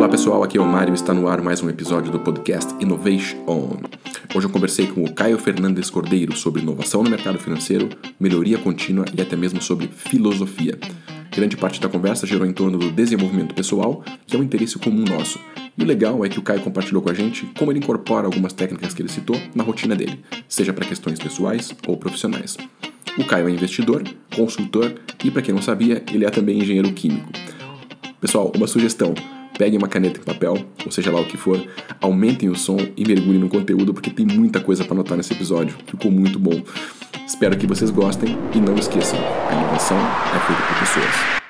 Olá pessoal, aqui é o Mário e está no ar mais um episódio do podcast Innovation On. Hoje eu conversei com o Caio Fernandes Cordeiro sobre inovação no mercado financeiro, melhoria contínua e até mesmo sobre filosofia. Grande parte da conversa girou em torno do desenvolvimento pessoal, que é um interesse comum nosso. E o legal é que o Caio compartilhou com a gente como ele incorpora algumas técnicas que ele citou na rotina dele, seja para questões pessoais ou profissionais. O Caio é investidor, consultor e, para quem não sabia, ele é também engenheiro químico. Pessoal, uma sugestão: peguem uma caneta e papel, ou seja lá o que for, aumentem o som e mergulhem no conteúdo porque tem muita coisa para anotar nesse episódio. Ficou muito bom. Espero que vocês gostem e não esqueçam, a inovação é feita por pessoas.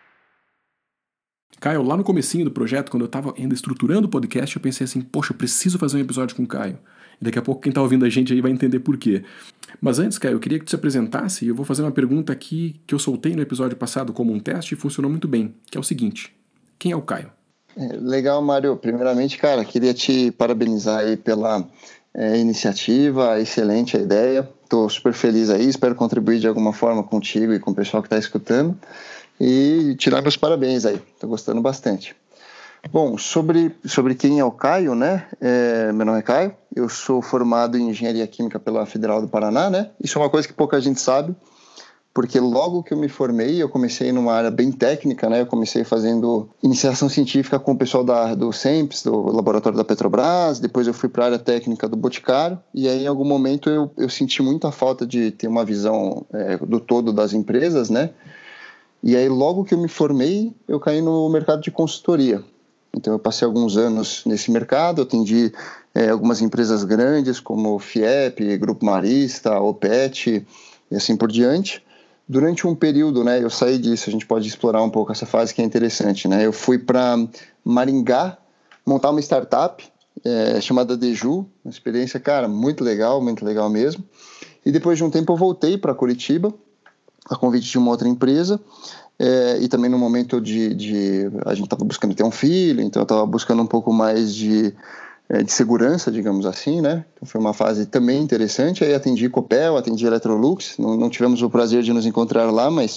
Caio, lá no comecinho do projeto, quando eu estava ainda estruturando o podcast, eu pensei assim, poxa, eu preciso fazer um episódio com o Caio. E daqui a pouco quem está ouvindo a gente aí vai entender por quê. Mas antes, Caio, eu queria que tu se apresentasse e eu vou fazer uma pergunta aqui que eu soltei no episódio passado como um teste e funcionou muito bem, que é o seguinte: quem é o Caio? Legal, Mário. Primeiramente, cara, queria te parabenizar aí pela iniciativa, excelente a ideia. Estou super feliz aí, espero contribuir de alguma forma contigo e com o pessoal que está escutando. E tirar meus parabéns aí, estou gostando bastante. Bom, sobre quem é o Caio, né? Meu nome é Caio, eu sou formado em Engenharia Química pela Federal do Paraná, né? Isso é uma coisa que pouca gente sabe, porque logo que eu me formei, eu comecei numa área bem técnica, né? Eu comecei fazendo iniciação científica com o pessoal do CEMPS, do laboratório da Petrobras, depois eu fui para a área técnica do Boticário, e aí em algum momento eu senti muita falta de ter uma visão do todo das empresas, né? E aí logo que eu me formei, eu caí no mercado de consultoria. Então eu passei alguns anos nesse mercado, atendi algumas empresas grandes como FIEP, Grupo Marista, Opet e assim por diante. Durante um período, né, eu saí disso, a gente pode explorar um pouco essa fase que é interessante, né? Eu fui para Maringá montar uma startup chamada Deju, uma experiência, cara, muito legal mesmo. E depois de um tempo eu voltei para Curitiba, a convite de uma outra empresa, e também no momento a gente estava buscando ter um filho, então eu estava buscando um pouco mais de segurança, digamos assim, né? Então foi uma fase também interessante. Aí atendi Copel, atendi Electrolux, não tivemos o prazer de nos encontrar lá, mas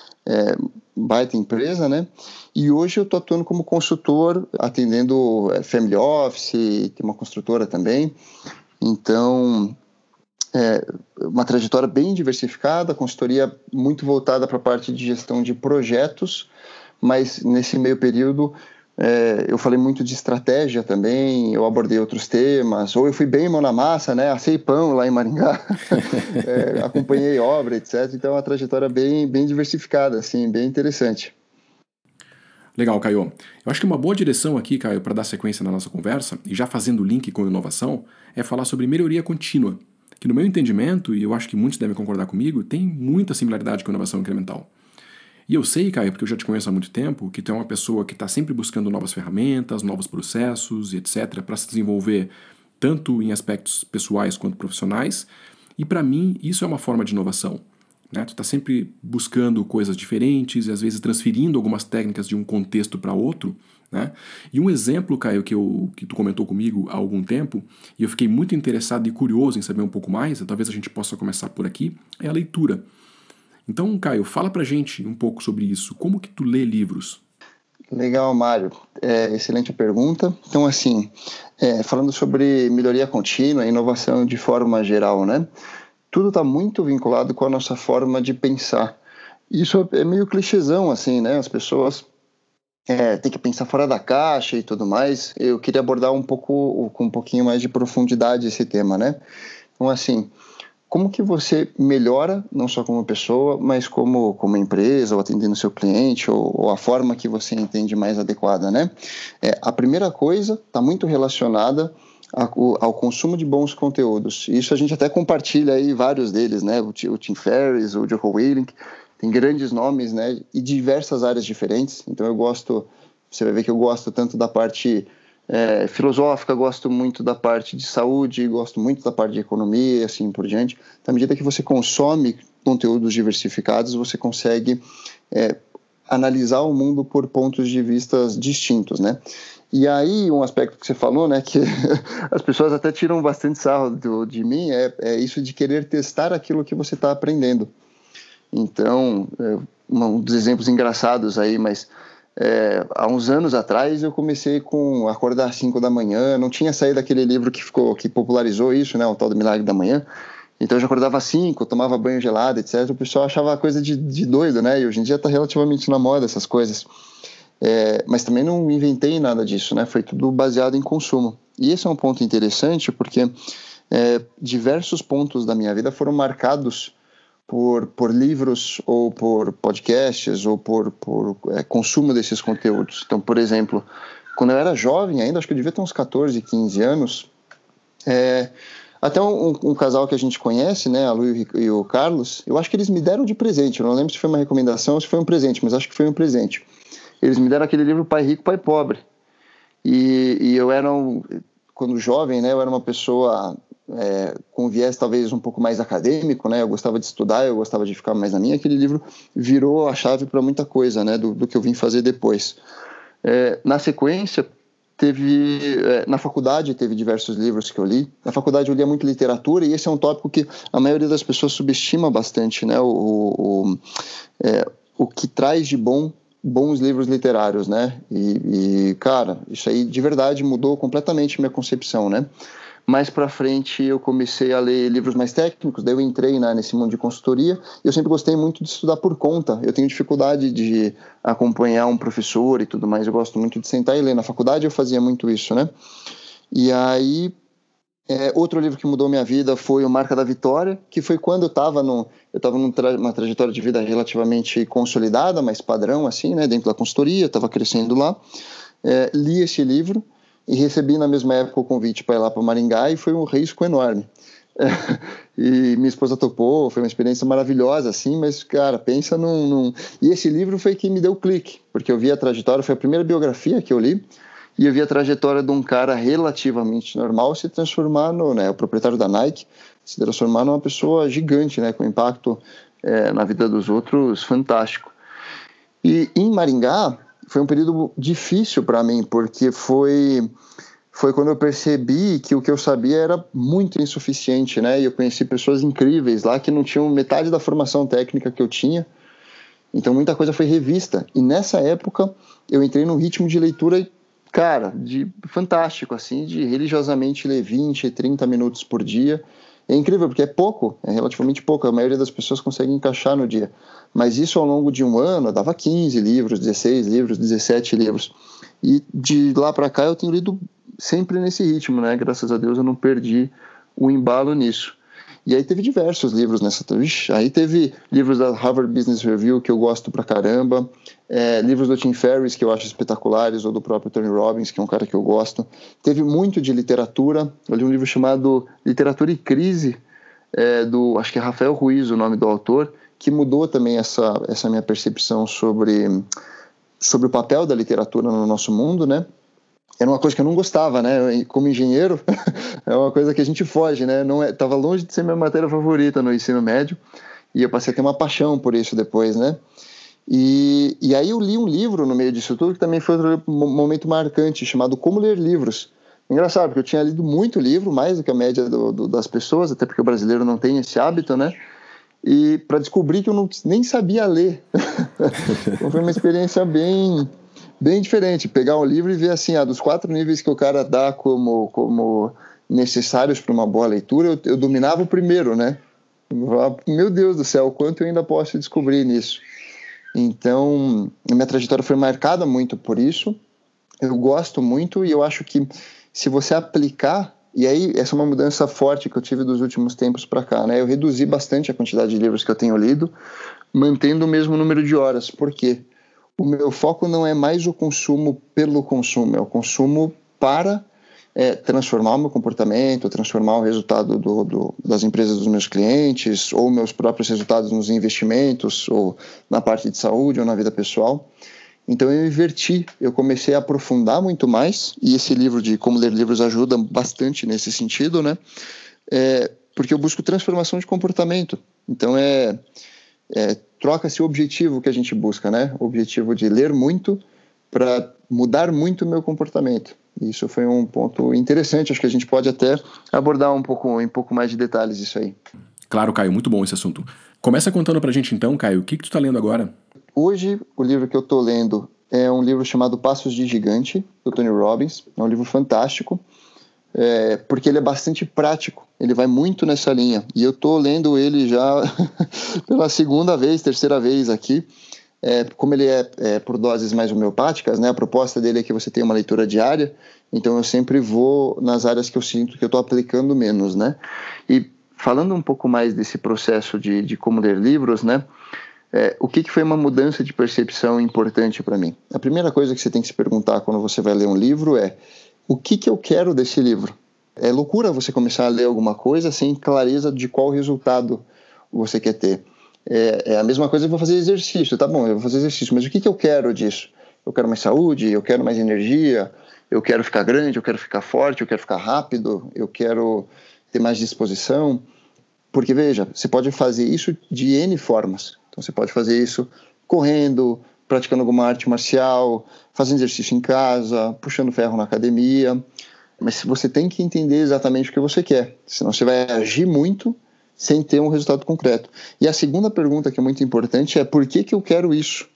baita empresa, né? E hoje eu estou atuando como consultor, atendendo Family Office, tem uma construtora também. Então, uma trajetória bem diversificada, consultoria muito voltada para a parte de gestão de projetos, mas nesse meio período eu falei muito de estratégia também, eu abordei outros temas, ou eu fui bem mão na massa, né? Assei pão lá em Maringá, acompanhei obra, etc. Então é uma trajetória bem diversificada, assim, bem interessante. Legal, Caio. Eu acho que uma boa direção aqui, Caio, para dar sequência na nossa conversa, e já fazendo o link com inovação, é falar sobre melhoria contínua, que no meu entendimento, e eu acho que muitos devem concordar comigo, tem muita similaridade com inovação incremental. E eu sei, Caio, porque eu já te conheço há muito tempo, que tu é uma pessoa que está sempre buscando novas ferramentas, novos processos, etc., para se desenvolver tanto em aspectos pessoais quanto profissionais, e para mim isso é uma forma de inovação. Né? Tu está sempre buscando coisas diferentes e às vezes transferindo algumas técnicas de um contexto para outro. Né? E um exemplo, Caio, que tu comentou comigo há algum tempo, e eu fiquei muito interessado e curioso em saber um pouco mais, talvez a gente possa começar por aqui, é a leitura. Então, Caio, fala pra gente um pouco sobre isso. Como que tu lê livros? Legal, Mário. Excelente pergunta. Então, assim, falando sobre melhoria contínua, inovação de forma geral, né? Tudo está muito vinculado com a nossa forma de pensar. Isso é meio clichêzão, assim, né? As pessoas têm que pensar fora da caixa e tudo mais. Eu queria abordar com um pouquinho mais de profundidade esse tema, né? Então, assim, como que você melhora, não só como pessoa, mas como empresa, ou atendendo seu cliente, ou a forma que você entende mais adequada, né? A primeira coisa está muito relacionada ao consumo de bons conteúdos. Isso a gente até compartilha aí vários deles, né? O Tim Ferriss, o Jocko Willink, tem grandes nomes, né? E diversas áreas diferentes. Então você vai ver que eu gosto tanto da parte filosófica, gosto muito da parte de saúde, gosto muito da parte de economia e assim por diante. Então, à medida que você consome conteúdos diversificados, você consegue analisar o mundo por pontos de vista distintos, né? E aí, um aspecto que você falou, né, que as pessoas até tiram bastante sarro de mim, é isso de querer testar aquilo que você está aprendendo. Então, um dos exemplos engraçados aí, mas há uns anos atrás eu comecei com acordar às 5 da manhã, não tinha saído aquele livro que popularizou isso, né, o tal do Milagre da Manhã. Então eu já acordava às 5, tomava banho gelado, etc. O pessoal achava coisa de doido, né? E hoje em dia está relativamente na moda essas coisas. Mas também não inventei nada disso, né? Foi tudo baseado em consumo. E esse é um ponto interessante porque diversos pontos da minha vida foram marcados por livros ou por podcasts ou por consumo desses conteúdos. Então, por exemplo, quando eu era jovem ainda, acho que eu devia ter uns 14, 15 anos, até um casal que a gente conhece, né, a Lu e o Carlos, eu acho que eles me deram de presente, eu não lembro se foi uma recomendação ou se foi um presente, mas acho que foi um presente. Eles me deram aquele livro Pai Rico, Pai Pobre. E eu era, quando jovem, né, eu era uma pessoa com viés talvez um pouco mais acadêmico, né, eu gostava de estudar, eu gostava de ficar mais na minha. Aquele livro virou a chave para muita coisa, né, do que eu vim fazer depois. Na sequência, na faculdade teve diversos livros que eu li. Na faculdade eu lia muito literatura, e esse é um tópico que a maioria das pessoas subestima bastante, né, o que traz de bons livros literários, né? E, cara, isso aí de verdade mudou completamente minha concepção, né? Mais pra frente eu comecei a ler livros mais técnicos, daí eu entrei nesse mundo de consultoria, e eu sempre gostei muito de estudar por conta. Eu tenho dificuldade de acompanhar um professor e tudo mais, eu gosto muito de sentar e ler. Na faculdade eu fazia muito isso, né? E aí, outro livro que mudou minha vida foi o Marca da Vitória, que foi quando eu estava numa trajetória de vida relativamente consolidada, mas padrão, assim, né, dentro da consultoria, estava crescendo lá. Li esse livro e recebi na mesma época o convite para ir lá para Maringá, e foi um risco enorme. E minha esposa topou, foi uma experiência maravilhosa, assim, mas, cara, pensa num... E esse livro foi que me deu o clique, porque eu vi a trajetória, foi a primeira biografia que eu li, e eu vi a trajetória de um cara relativamente normal se transformar o proprietário da Nike, se transformar numa pessoa gigante, né, com impacto na vida dos outros fantástico. E em Maringá foi um período difícil para mim, porque foi quando eu percebi que o que eu sabia era muito insuficiente, né, e eu conheci pessoas incríveis lá que não tinham metade da formação técnica que eu tinha. Então muita coisa foi revista, e nessa época eu entrei num ritmo de leitura, cara, fantástico, assim, de religiosamente ler 20, 30 minutos por dia. É incrível, porque é pouco, é relativamente pouco, a maioria das pessoas consegue encaixar no dia. Mas isso ao longo de um ano, eu dava 15 livros, 16 livros, 17 livros. E de lá para cá eu tenho lido sempre nesse ritmo, né? Graças a Deus eu não perdi o embalo nisso. E aí teve diversos livros nessa... Aí teve livros da Harvard Business Review que eu gosto pra caramba, livros do Tim Ferriss que eu acho espetaculares, ou do próprio Tony Robbins, que é um cara que eu gosto. Teve muito de literatura. Eu li um livro chamado Literatura e Crise, acho que é Rafael Ruiz o nome do autor, que mudou também essa minha percepção sobre o papel da literatura no nosso mundo, né? Era uma coisa que eu não gostava, né? Como engenheiro, é uma coisa que a gente foge, né? Tava longe de ser minha matéria favorita no ensino médio, e eu passei a ter uma paixão por isso depois, né? E aí eu li um livro no meio disso tudo, que também foi outro momento marcante, chamado Como Ler Livros. Engraçado, porque eu tinha lido muito livro, mais do que a média das pessoas, até porque o brasileiro não tem esse hábito, né? E para descobrir que eu nem sabia ler. Então foi uma experiência bem diferente, pegar um livro e ver assim, dos 4 níveis que o cara dá como necessários para uma boa leitura, eu dominava o primeiro, né? Meu Deus do céu, o quanto eu ainda posso descobrir nisso. Então, a minha trajetória foi marcada muito por isso. Eu gosto muito, e eu acho que se você aplicar, e aí essa é uma mudança forte que eu tive dos últimos tempos para cá, né? Eu reduzi bastante a quantidade de livros que eu tenho lido, mantendo o mesmo número de horas. Por quê? O meu foco não é mais o consumo pelo consumo, é o consumo para transformar o meu comportamento, transformar o resultado das empresas dos meus clientes, ou meus próprios resultados nos investimentos, ou na parte de saúde, ou na vida pessoal. Então eu inverti, eu comecei a aprofundar muito mais, e esse livro de Como Ler Livros ajuda bastante nesse sentido, né? Porque eu busco transformação de comportamento. Então troca-se o objetivo que a gente busca, né? O objetivo de ler muito para mudar muito o meu comportamento. Isso foi um ponto interessante, acho que a gente pode até abordar em pouco mais de detalhes isso aí. Claro, Caio, muito bom esse assunto. Começa contando pra gente então, Caio, o que tu tá lendo agora? Hoje, o livro que eu tô lendo é um livro chamado Passos de Gigante, do Tony Robbins. É um livro fantástico, porque ele é bastante prático. Ele vai muito nessa linha. E eu estou lendo ele já pela segunda vez, terceira vez aqui. Como ele é por doses mais homeopáticas, né? A proposta dele é que você tenha uma leitura diária. Então eu sempre vou nas áreas que eu sinto que eu estou aplicando menos, né? E falando um pouco mais desse processo de como ler livros, né? O que foi uma mudança de percepção importante para mim? A primeira coisa que você tem que se perguntar quando você vai ler um livro é: o que eu quero desse livro? É loucura você começar a ler alguma coisa sem clareza de qual resultado você quer ter. É a mesma coisa que eu vou fazer exercício. Tá bom, eu vou fazer exercício, mas o que eu quero disso? Eu quero mais saúde, eu quero mais energia, eu quero ficar grande, eu quero ficar forte, eu quero ficar rápido, eu quero ter mais disposição. Porque, veja, você pode fazer isso de N formas. Então, você pode fazer isso correndo, praticando alguma arte marcial, fazendo exercício em casa, puxando ferro na academia. Mas você tem que entender exatamente o que você quer. Senão você vai agir muito sem ter um resultado concreto. E a segunda pergunta, que é muito importante, é: por que eu quero isso?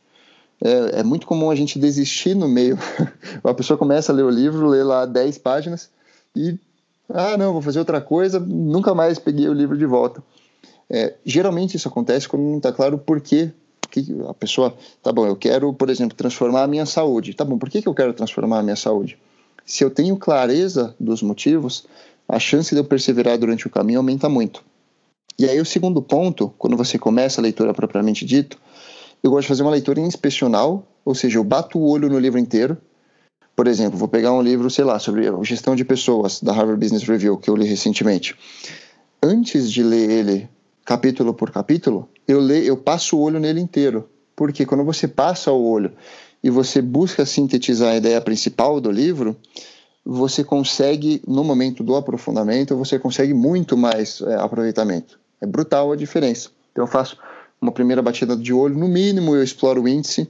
É muito comum a gente desistir no meio. A pessoa começa a ler o livro, lê lá 10 páginas e... não, vou fazer outra coisa, nunca mais peguei o livro de volta. Geralmente isso acontece quando não está claro por quê. Que a pessoa, tá bom, eu quero, por exemplo, transformar a minha saúde. Tá bom, por que eu quero transformar a minha saúde? Se eu tenho clareza dos motivos, a chance de eu perseverar durante o caminho aumenta muito. E aí o segundo ponto, quando você começa a leitura propriamente dito, eu gosto de fazer uma leitura inspecional, ou seja, eu bato o olho no livro inteiro. Por exemplo, vou pegar um livro, sei lá, sobre gestão de pessoas, da Harvard Business Review, que eu li recentemente. Antes de ler ele capítulo por capítulo, eu passo o olho nele inteiro. Porque quando você passa o olho e você busca sintetizar a ideia principal do livro, você consegue, no momento do aprofundamento, você consegue muito mais aproveitamento. É brutal a diferença. Então eu faço uma primeira batida de olho, no mínimo eu exploro o índice,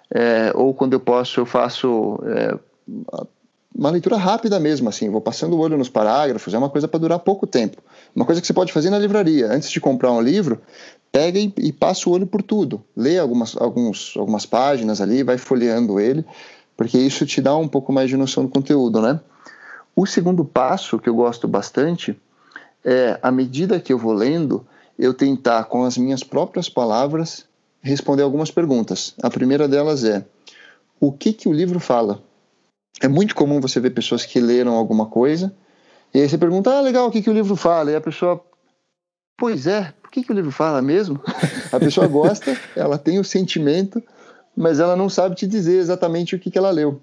ou quando eu posso eu faço uma leitura rápida mesmo, assim, vou passando o olho nos parágrafos. É uma coisa para durar pouco tempo, uma coisa que você pode fazer na livraria. Antes de comprar um livro, pega e passa o olho por tudo, lê algumas páginas ali, vai folheando ele, porque isso te dá um pouco mais de noção do conteúdo, né? O segundo passo, que eu gosto bastante, é, à medida que eu vou lendo, eu tentar, com as minhas próprias palavras, responder algumas perguntas. A primeira delas é: o que o livro fala? É muito comum você ver pessoas que leram alguma coisa, e aí você pergunta: legal, o que o livro fala? E a pessoa: pois é, o que o livro fala mesmo? A pessoa gosta, ela tem o sentimento, mas ela não sabe te dizer exatamente o que ela leu.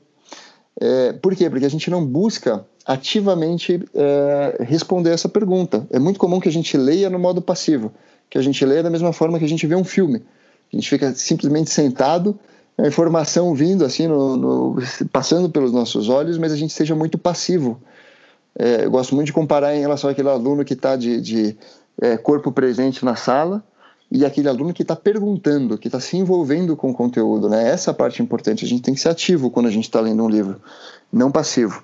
Por quê? Porque a gente não busca ativamente responder essa pergunta. É muito comum que a gente leia no modo passivo, que a gente leia da mesma forma que a gente vê um filme. A gente fica simplesmente sentado, a informação vindo assim, passando pelos nossos olhos, mas a gente seja muito passivo. Eu gosto muito de comparar em relação àquele aluno que está de corpo presente na sala e aquele aluno que está perguntando, que está se envolvendo com o conteúdo, né? Essa é a parte importante. A gente tem que ser ativo quando a gente está lendo um livro, não passivo.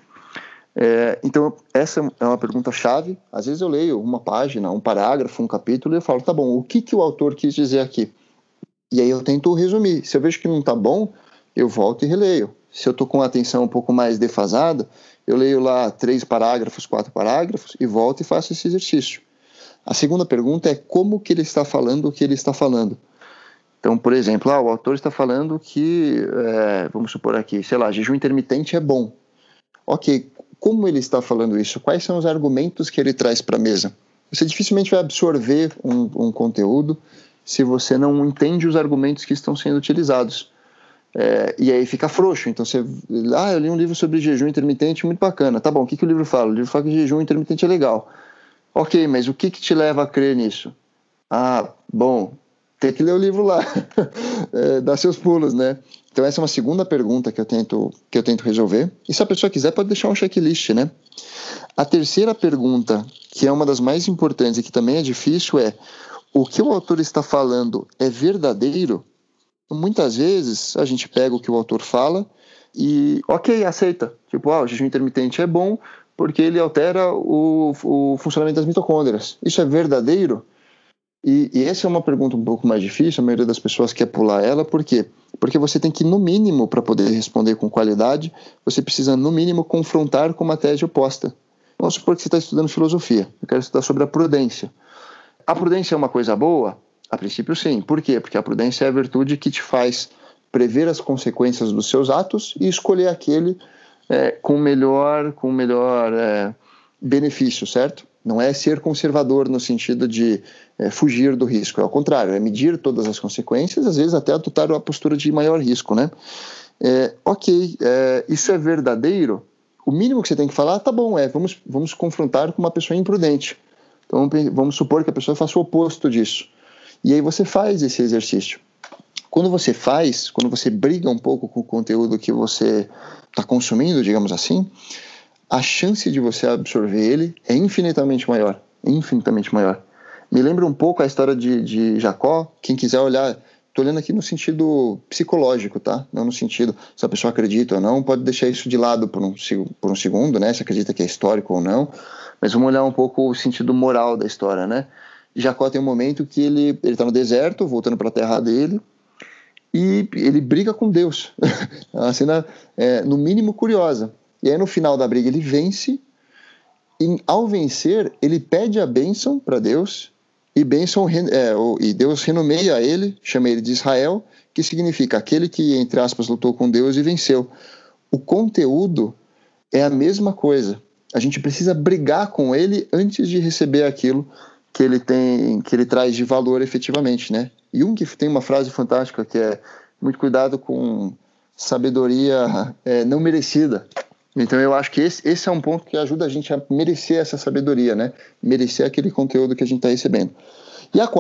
Então, essa é uma pergunta-chave. Às vezes eu leio uma página, um parágrafo, um capítulo e eu falo: tá bom, o que o autor quis dizer aqui? E aí eu tento resumir. Se eu vejo que não está bom, eu volto e releio. Se eu estou com a atenção um pouco mais defasada, eu leio lá 3 parágrafos, 4 parágrafos e volto e faço esse exercício. A segunda pergunta é como que ele está falando o que ele está falando. Então, por exemplo, o autor está falando que, vamos supor aqui, sei lá, jejum intermitente é bom. Ok, como ele está falando isso? Quais são os argumentos que ele traz para a mesa? Você dificilmente vai absorver um conteúdo se você não entende os argumentos que estão sendo utilizados. E aí fica frouxo. Então você... eu li um livro sobre jejum intermitente, muito bacana. Tá bom, o que o livro fala? O livro fala que jejum intermitente é legal. Ok, mas o que te leva a crer nisso? Bom, tem que ler o livro lá. Dá seus pulos, né? Então essa é uma segunda pergunta que eu tento resolver. E se a pessoa quiser, pode deixar um checklist, né? A terceira pergunta, que é uma das mais importantes e que também é difícil, é: o que o autor está falando é verdadeiro? Muitas vezes a gente pega o que o autor fala e, ok, aceita. Tipo, o jejum intermitente é bom porque ele altera o funcionamento das mitocôndrias. Isso é verdadeiro? E essa é uma pergunta um pouco mais difícil, a maioria das pessoas quer pular ela, por quê? Porque você tem que, no mínimo, para poder responder com qualidade, você precisa, no mínimo, confrontar com uma tese oposta. Vamos supor que você está estudando filosofia, eu quero estudar sobre a prudência. A prudência é uma coisa boa? A princípio, sim. Por quê? Porque a prudência é a virtude que te faz prever as consequências dos seus atos e escolher aquele com melhor benefício, certo? Não é ser conservador no sentido de fugir do risco, é ao contrário, é medir todas as consequências, às vezes até adotar a postura de maior risco, né? Isso é verdadeiro? O mínimo que você tem que falar, tá bom, vamos confrontar com uma pessoa imprudente. Então vamos supor que a pessoa faça o oposto disso. E aí você faz esse exercício. Quando você briga um pouco com o conteúdo que você está consumindo, digamos assim, a chance de você absorver ele é infinitamente maior. Me lembra um pouco a história de Jacó. Quem quiser olhar, estou olhando aqui no sentido psicológico, tá? Não no sentido se a pessoa acredita ou não, pode deixar isso de lado por um segundo, né? Se acredita que é histórico ou não. Mas vamos olhar um pouco o sentido moral da história, né? Jacó tem um momento que ele está no deserto, voltando para a terra dele, e ele briga com Deus. É uma cena, no mínimo, curiosa. E aí, no final da briga, ele vence, e ao vencer, ele pede a bênção para Deus, e Deus renomeia ele, chama ele de Israel, que significa aquele que, entre aspas, lutou com Deus e venceu. O conteúdo é a mesma coisa. A gente precisa brigar com ele antes de receber aquilo que ele traz de valor efetivamente, né? Jung tem uma frase fantástica que é: muito cuidado com sabedoria não merecida. Então eu acho que esse é um ponto que ajuda a gente a merecer essa sabedoria, né? Merecer aquele conteúdo que a gente está recebendo. E o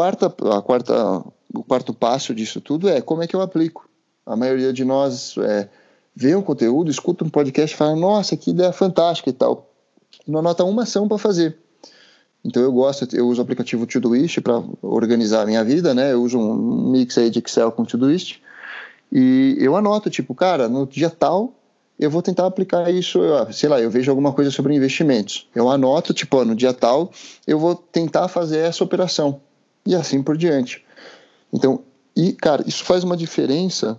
quarto passo disso tudo é como é que eu aplico. A maioria de nós vê um conteúdo, escuta um podcast e fala: nossa, que ideia fantástica e tal. Não anota uma ação para fazer. Então eu uso o aplicativo Todoist para organizar a minha vida, né? Eu uso um mix aí de Excel com Todoist e eu anoto, tipo, cara, no dia tal eu vou tentar aplicar isso, sei lá, eu vejo alguma coisa sobre investimentos, eu anoto, tipo, no dia tal eu vou tentar fazer essa operação e assim por diante. Então, cara, isso faz uma diferença.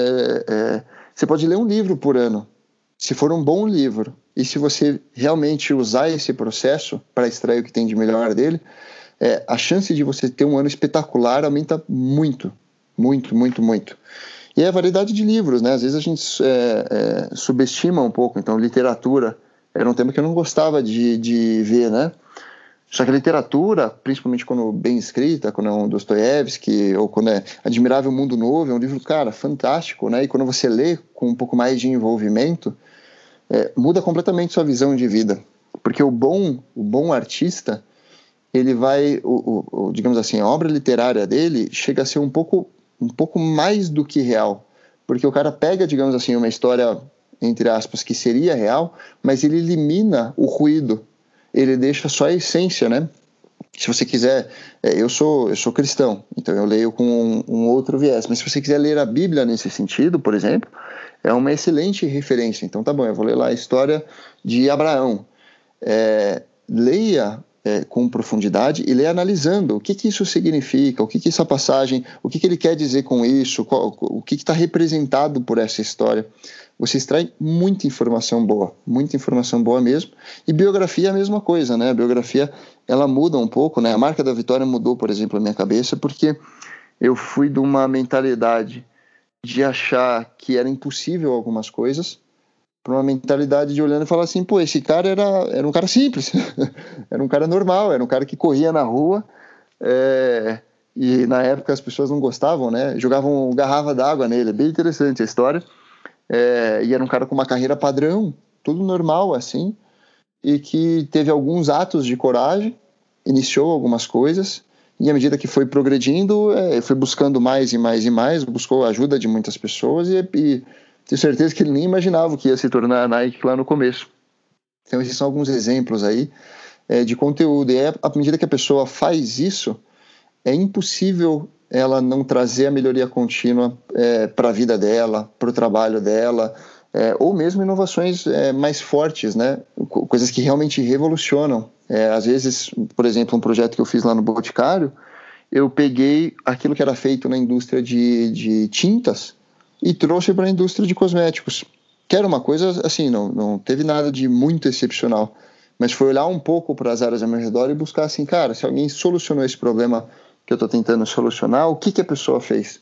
Você pode ler um livro por ano, se for um bom livro, e se você realmente usar esse processo para extrair o que tem de melhor dele, a chance de você ter um ano espetacular aumenta muito, muito, muito, muito. E a variedade de livros, né? Às vezes a gente subestima um pouco. Então, literatura era um tema que eu não gostava de ver, né? Só que a literatura, principalmente quando bem escrita, quando é um Dostoiévski, ou quando é Admirável Mundo Novo, é um livro, cara, fantástico, né? E quando você lê com um pouco mais de envolvimento, muda completamente sua visão de vida. Porque o bom artista, ele vai, digamos assim, a obra literária dele chega a ser um pouco mais do que real. Porque o cara pega, digamos assim, uma história, entre aspas, que seria real, mas ele elimina o ruído. Ele deixa só a essência, né? Se você quiser, eu sou cristão, então eu leio com um outro viés. Mas se você quiser ler a Bíblia nesse sentido, por exemplo, é uma excelente referência. Então tá bom, eu vou ler lá a história de Abraão. Leia com profundidade e leia analisando o que isso significa, o que essa passagem, o que ele quer dizer com isso, o que está representado por essa história. Você extrai muita informação boa mesmo. E biografia é a mesma coisa, né? A biografia, ela muda um pouco, né? A Marca da Vitória mudou, por exemplo, a minha cabeça, porque eu fui de uma mentalidade de achar que era impossível algumas coisas, para uma mentalidade de olhando e falar assim, pô, esse cara era um cara simples, era um cara normal, era um cara que corria na rua, e na época as pessoas não gostavam, né? Jogavam garrafa d'água nele, é bem interessante a história. E era um cara com uma carreira padrão, tudo normal assim, e que teve alguns atos de coragem, iniciou algumas coisas, e à medida que foi progredindo, foi buscando mais e mais e mais, buscou a ajuda de muitas pessoas, e tenho certeza que ele nem imaginava o que ia se tornar a Nike lá no começo. Então esses são alguns exemplos aí de conteúdo, e à medida que a pessoa faz isso, é impossível ela não trazer a melhoria contínua para a vida dela, para o trabalho dela, ou mesmo inovações mais fortes, né? Coisas que realmente revolucionam. Às vezes, por exemplo, um projeto que eu fiz lá no Boticário, eu peguei aquilo que era feito na indústria de tintas e trouxe para a indústria de cosméticos, que era uma coisa assim, não teve nada de muito excepcional, mas foi olhar um pouco para as áreas ao meu redor e buscar assim, cara, se alguém solucionou esse problema que eu estou tentando solucionar, o que a pessoa fez?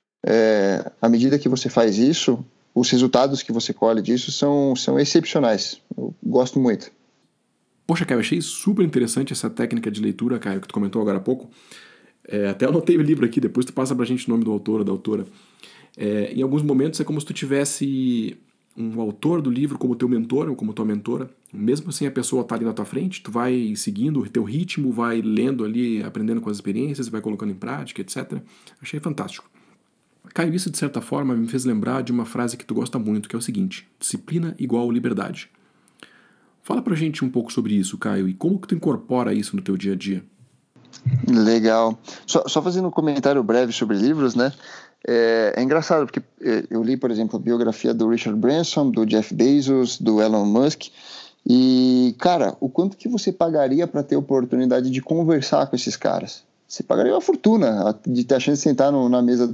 À medida que você faz isso, os resultados que você colhe disso são excepcionais. Eu gosto muito. Poxa, Caio, eu achei super interessante essa técnica de leitura, Caio, que tu comentou agora há pouco. Até anotei o livro aqui, depois tu passa pra gente o nome do autor ou da autora. Em alguns momentos é como se tu tivesse um autor do livro como teu mentor ou como tua mentora. Mesmo sem a pessoa estar ali na tua frente, tu vai seguindo o teu ritmo, vai lendo ali, aprendendo com as experiências, vai colocando em prática, etc. Achei fantástico. Caio, isso de certa forma me fez lembrar de uma frase que tu gosta muito, que é o seguinte: disciplina igual liberdade. Fala pra gente um pouco sobre isso, Caio, e como que tu incorpora isso no teu dia a dia? Legal. Só fazendo um comentário breve sobre livros, né? É engraçado, porque eu li, por exemplo, a biografia do Richard Branson, do Jeff Bezos, do Elon Musk, e, cara, o quanto que você pagaria para ter a oportunidade de conversar com esses caras? Você pagaria uma fortuna de ter a chance de sentar na mesa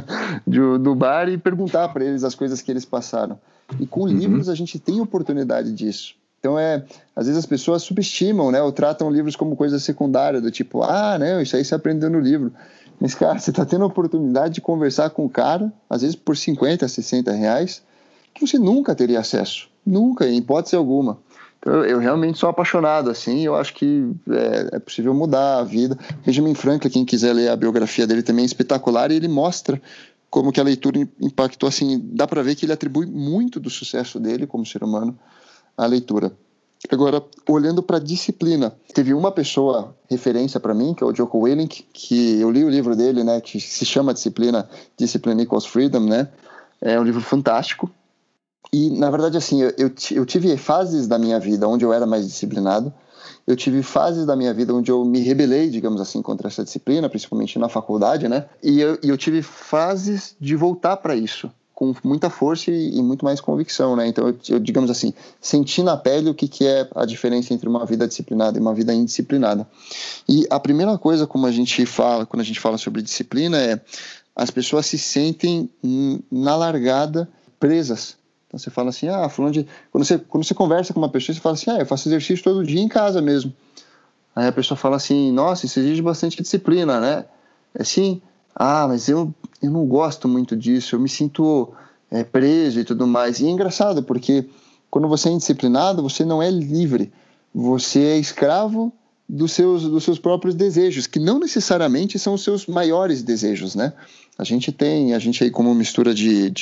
do bar e perguntar para eles as coisas que eles passaram. E com livros a gente tem oportunidade disso. Então, às vezes as pessoas subestimam, né, ou tratam livros como coisa secundária, do tipo, não, isso aí você aprendeu no livro. Mas, cara, você está tendo a oportunidade de conversar com o cara, às vezes por 50, 60 reais, que você nunca teria acesso. Nunca, em hipótese alguma. Então, eu realmente sou apaixonado, assim, eu acho que é possível mudar a vida. Benjamin Franklin, quem quiser ler a biografia dele também é espetacular, e ele mostra como que a leitura impactou, assim, dá para ver que ele atribui muito do sucesso dele como ser humano à leitura. Agora, olhando para a disciplina, teve uma pessoa referência para mim, que é o Jocko Willink, que eu li o livro dele, né, que se chama Disciplina Equals Freedom, né? É um livro fantástico. E, na verdade, assim, eu tive fases da minha vida onde eu era mais disciplinado, eu tive fases da minha vida onde eu me rebelei, digamos assim, contra essa disciplina, principalmente na faculdade, né? E eu tive fases de voltar para isso, com muita força e muito mais convicção, né? Então, eu, digamos assim, senti na pele o que é a diferença entre uma vida disciplinada e uma vida indisciplinada. E a primeira coisa, como a gente fala, quando a gente fala sobre disciplina, as pessoas se sentem na largada presas. Então você fala assim, quando você conversa com uma pessoa, você fala assim, eu faço exercício todo dia em casa mesmo. Aí a pessoa fala assim, nossa, isso exige bastante disciplina, né? Sim, mas eu não gosto muito disso, eu me sinto preso e tudo mais. E é engraçado, porque quando você é indisciplinado, você não é livre, você é escravo dos seus próprios desejos, que não necessariamente são os seus maiores desejos, né? A gente aí como mistura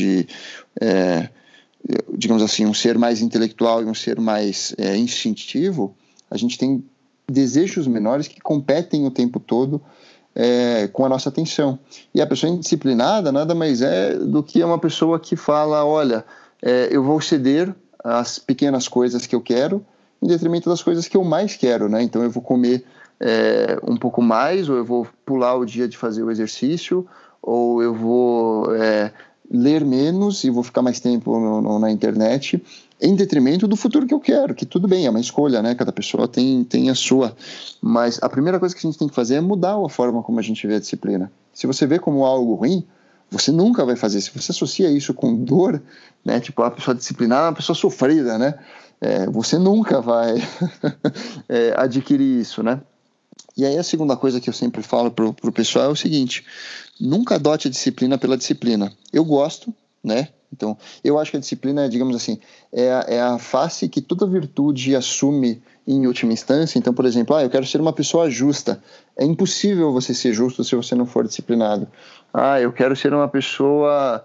digamos assim, um ser mais intelectual e um ser mais instintivo, a gente tem desejos menores que competem o tempo todo com a nossa atenção. E a pessoa indisciplinada nada mais é do que uma pessoa que fala, olha, eu vou ceder às pequenas coisas que eu quero em detrimento das coisas que eu mais quero, né? Então eu vou comer um pouco mais, ou eu vou pular o dia de fazer o exercício, ou eu vou ler menos e vou ficar mais tempo na internet, em detrimento do futuro que eu quero, que tudo bem, é uma escolha, né? Cada pessoa tem a sua. Mas a primeira coisa que a gente tem que fazer é mudar a forma como a gente vê a disciplina. Se você vê como algo ruim, você nunca vai fazer. Se você associa isso com dor, né? Tipo, a pessoa disciplinada é uma pessoa sofrida, né? Você nunca vai adquirir isso, né? E aí a segunda coisa que eu sempre falo pro pessoal é o seguinte: nunca adote a disciplina pela disciplina. Eu gosto, né? Então, eu acho que a disciplina, digamos assim, é a face que toda virtude assume em última instância. Então, por exemplo, eu quero ser uma pessoa justa. É impossível você ser justo se você não for disciplinado. Eu quero ser uma pessoa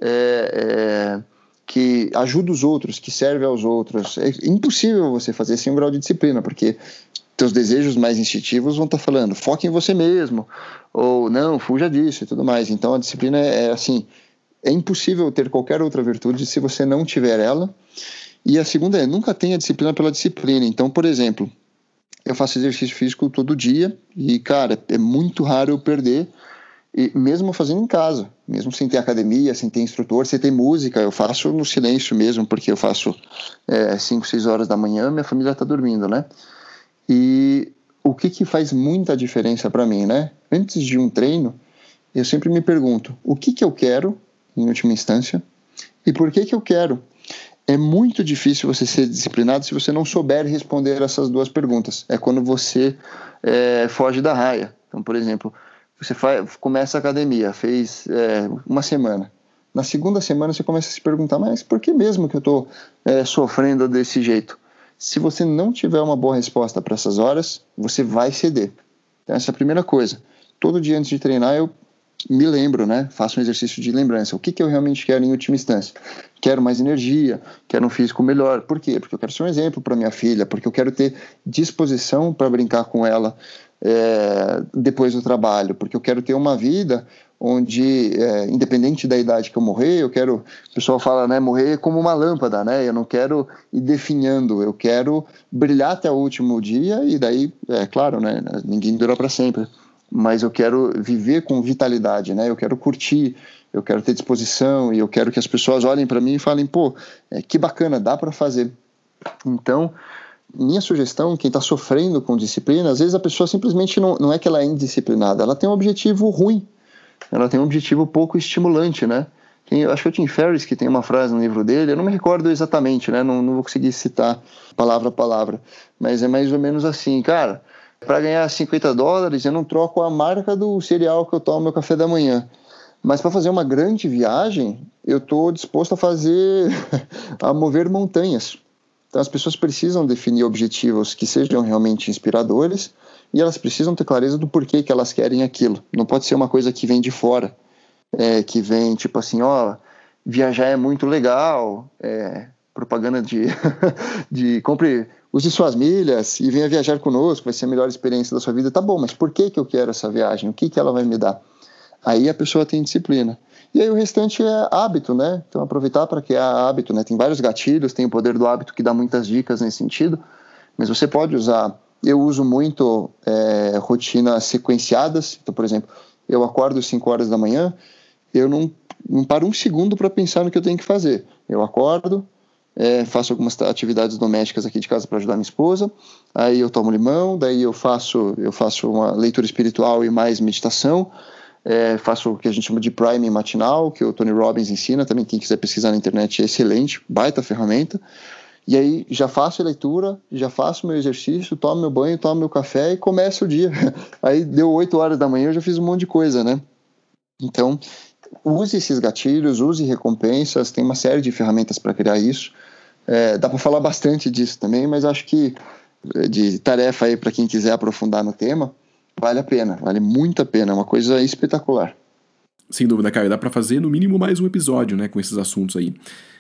que ajuda os outros, que serve aos outros. É impossível você fazer sem um grau de disciplina, porque teus desejos mais instintivos vão estar falando, foque em você mesmo, ou não, fuja disso e tudo mais. Então a disciplina é impossível ter qualquer outra virtude se você não tiver ela. E a segunda nunca tenha disciplina pela disciplina. Então, por exemplo, eu faço exercício físico todo dia e, cara, é muito raro eu perder, e mesmo fazendo em casa, mesmo sem ter academia, sem ter instrutor, sem ter música, eu faço no silêncio mesmo, porque eu faço 5, 6 horas da manhã, minha família está dormindo, né? E o que faz muita diferença para mim, né? Antes de um treino, eu sempre me pergunto, o que eu quero, em última instância, e por que eu quero? É muito difícil você ser disciplinado se você não souber responder essas duas perguntas. É quando você foge da raia. Então, por exemplo, você começa a academia, fez uma semana. Na segunda semana você começa a se perguntar, mas por que mesmo que eu estou sofrendo desse jeito? Se você não tiver uma boa resposta para essas horas, você vai ceder. Então, essa é a primeira coisa. Todo dia antes de treinar eu me lembro, né? Faço um exercício de lembrança. O que eu realmente quero em última instância? Quero mais energia, quero um físico melhor. Por quê? Porque eu quero ser um exemplo para minha filha, porque eu quero ter disposição para brincar com ela depois do trabalho, porque eu quero ter uma vida onde, independente da idade que eu morrer, o pessoal fala, né, morrer como uma lâmpada, né? Eu não quero ir definhando, eu quero brilhar até o último dia e daí, claro, né, ninguém dura para sempre. Mas eu quero viver com vitalidade, né? Eu quero curtir, eu quero ter disposição e eu quero que as pessoas olhem para mim e falem, pô, que bacana, dá para fazer. Então, minha sugestão, quem está sofrendo com disciplina, às vezes a pessoa simplesmente não é que ela é indisciplinada, ela tem um objetivo ruim, ela tem um objetivo pouco estimulante, né? Eu acho que é o Tim Ferriss que tem uma frase no livro dele, eu não me recordo exatamente, né? Não vou conseguir citar palavra a palavra, mas é mais ou menos assim, cara, para ganhar $50 eu não troco a marca do cereal que eu tomo no meu café da manhã, mas para fazer uma grande viagem eu estou disposto a mover montanhas. Então as pessoas precisam definir objetivos que sejam realmente inspiradores e elas precisam ter clareza do porquê que elas querem aquilo. Não pode ser uma coisa que vem de fora, que vem tipo assim, viajar é muito legal, propaganda de compre, use suas milhas e venha viajar conosco, vai ser a melhor experiência da sua vida. Tá bom, mas por que eu quero essa viagem? O que ela vai me dar? Aí a pessoa tem disciplina. E aí o restante é hábito, né? Então aproveitar para criar hábito, né? Tem vários gatilhos, tem o poder do hábito que dá muitas dicas nesse sentido, mas você pode usar, eu uso muito rotinas sequenciadas. Então, por exemplo, eu acordo às 5 horas da manhã, eu não paro um segundo para pensar no que eu tenho que fazer. Eu acordo, faço algumas atividades domésticas aqui de casa para ajudar minha esposa, aí eu tomo limão, daí eu faço uma leitura espiritual e mais meditação, faço o que a gente chama de priming matinal, que o Tony Robbins ensina, também quem quiser pesquisar na internet é excelente, baita ferramenta, e aí já faço a leitura, já faço meu exercício, tomo meu banho, tomo meu café e começo o dia. Aí deu 8 horas da manhã, eu já fiz um monte de coisa, né? Então, use esses gatilhos, use recompensas, tem uma série de ferramentas para criar isso. Dá para falar bastante disso também, mas acho que de tarefa aí para quem quiser aprofundar no tema, vale a pena, vale muito a pena, é uma coisa espetacular. Sem dúvida, Caio, dá para fazer no mínimo mais um episódio, né, com esses assuntos aí.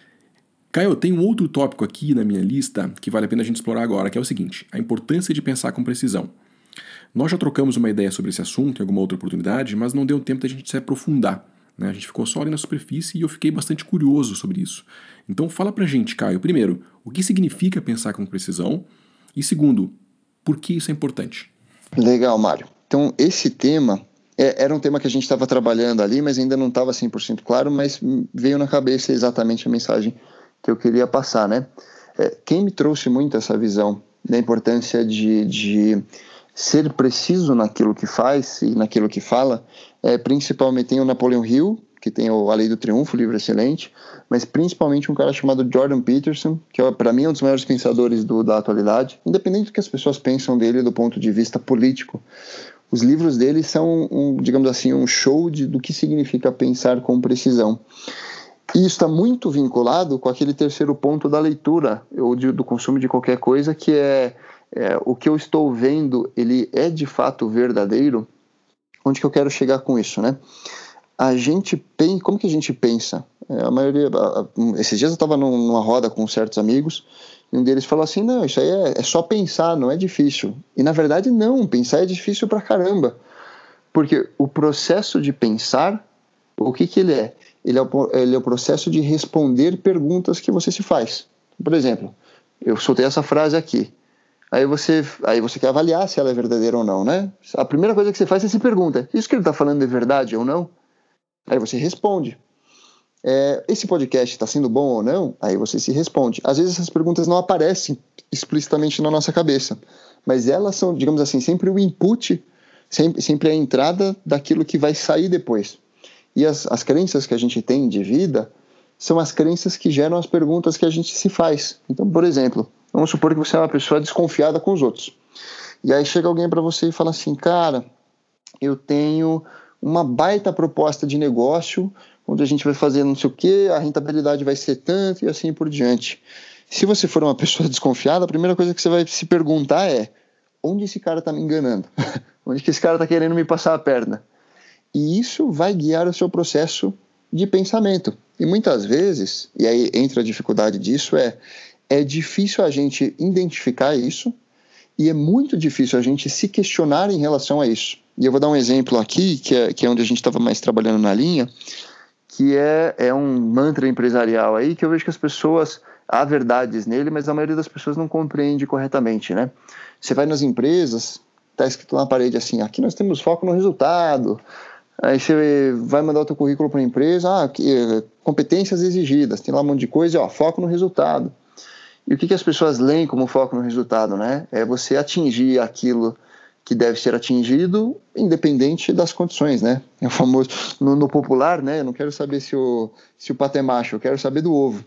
Caio, tem um outro tópico aqui na minha lista que vale a pena a gente explorar agora, que é o seguinte, a importância de pensar com precisão. Nós já trocamos uma ideia sobre esse assunto em alguma outra oportunidade, mas não deu tempo da gente se aprofundar, né? A gente ficou só ali na superfície e eu fiquei bastante curioso sobre isso. Então fala pra gente, Caio, primeiro, o que significa pensar com precisão? E segundo, por que isso é importante? Legal, Mário. Então esse tema era um tema que a gente estava trabalhando ali, mas ainda não estava 100% claro, mas veio na cabeça exatamente a mensagem que eu queria passar, né? Quem me trouxe muito essa visão da importância de ser preciso naquilo que faz e naquilo que fala, principalmente tem o Napoleon Hill, que tem A Lei do Triunfo, livro excelente, mas principalmente um cara chamado Jordan Peterson, que para mim é um dos maiores pensadores da atualidade, independente do que as pessoas pensam dele do ponto de vista político. Os livros dele são, digamos assim, um show do que significa pensar com precisão. E isso está muito vinculado com aquele terceiro ponto da leitura, ou do consumo de qualquer coisa, que o que eu estou vendo, ele é de fato verdadeiro? Onde que eu quero chegar com isso, né? Como que a gente pensa? A maioria, esses dias eu estava numa roda com certos amigos, e um deles falou assim, não, isso aí é só pensar, não é difícil. E na verdade não, pensar é difícil pra caramba. Porque o processo de pensar, o que ele é? Ele é o processo de responder perguntas que você se faz. Por exemplo, eu soltei essa frase aqui. Aí você quer avaliar se ela é verdadeira ou não, né? A primeira coisa que você faz é se pergunta, isso que ele está falando é verdade ou não? Aí você responde. Esse podcast está sendo bom ou não? Aí você se responde. Às vezes essas perguntas não aparecem explicitamente na nossa cabeça, mas elas são, digamos assim, sempre o input, sempre a entrada daquilo que vai sair depois. E as crenças que a gente tem de vida são as crenças que geram as perguntas que a gente se faz. Então, por exemplo, vamos supor que você é uma pessoa desconfiada com os outros. E aí chega alguém para você e fala assim, cara, eu tenho uma baita proposta de negócio, onde a gente vai fazer não sei o quê, a rentabilidade vai ser tanto e assim por diante. Se você for uma pessoa desconfiada, a primeira coisa que você vai se perguntar é, onde esse cara está me enganando? Onde que esse cara está querendo me passar a perna? E isso vai guiar o seu processo de pensamento. E muitas vezes, e aí entra a dificuldade disso, é difícil a gente identificar isso e é muito difícil a gente se questionar em relação a isso. E eu vou dar um exemplo aqui, que é onde a gente estava mais trabalhando na linha, que é um mantra empresarial aí, que eu vejo que as pessoas, há verdades nele, mas a maioria das pessoas não compreende corretamente, né? Você vai nas empresas, está escrito na parede assim, aqui nós temos foco no resultado. Aí você vai mandar o teu currículo para a empresa, competências exigidas, tem lá um monte de coisa, foco no resultado. E o que as pessoas leem como foco no resultado, né? É você atingir aquilo que deve ser atingido, independente das condições, né? É o famoso, no popular, né? Eu não quero saber se o pato é macho, eu quero saber do ovo.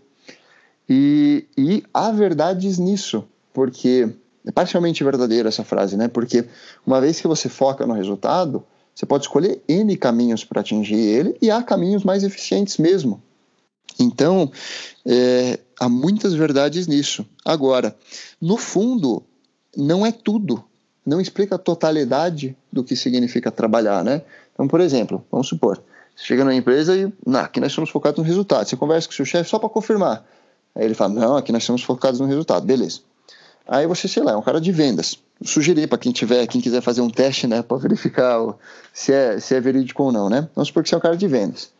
E há verdades nisso, porque é parcialmente verdadeira essa frase, né? Porque uma vez que você foca no resultado, você pode escolher N caminhos para atingir ele e há caminhos mais eficientes mesmo. Então, há muitas verdades nisso. Agora, no fundo, não é tudo. Não explica a totalidade do que significa trabalhar, né? Então, por exemplo, vamos supor, você chega na empresa e, aqui nós somos focados no resultado. Você conversa com o seu chefe só para confirmar. Aí ele fala, não, aqui nós somos focados no resultado, beleza. Aí você, sei lá, é um cara de vendas. Sugerir para quem quiser fazer um teste, né, para verificar se é verídico ou não, né? Vamos supor que você é um cara de vendas.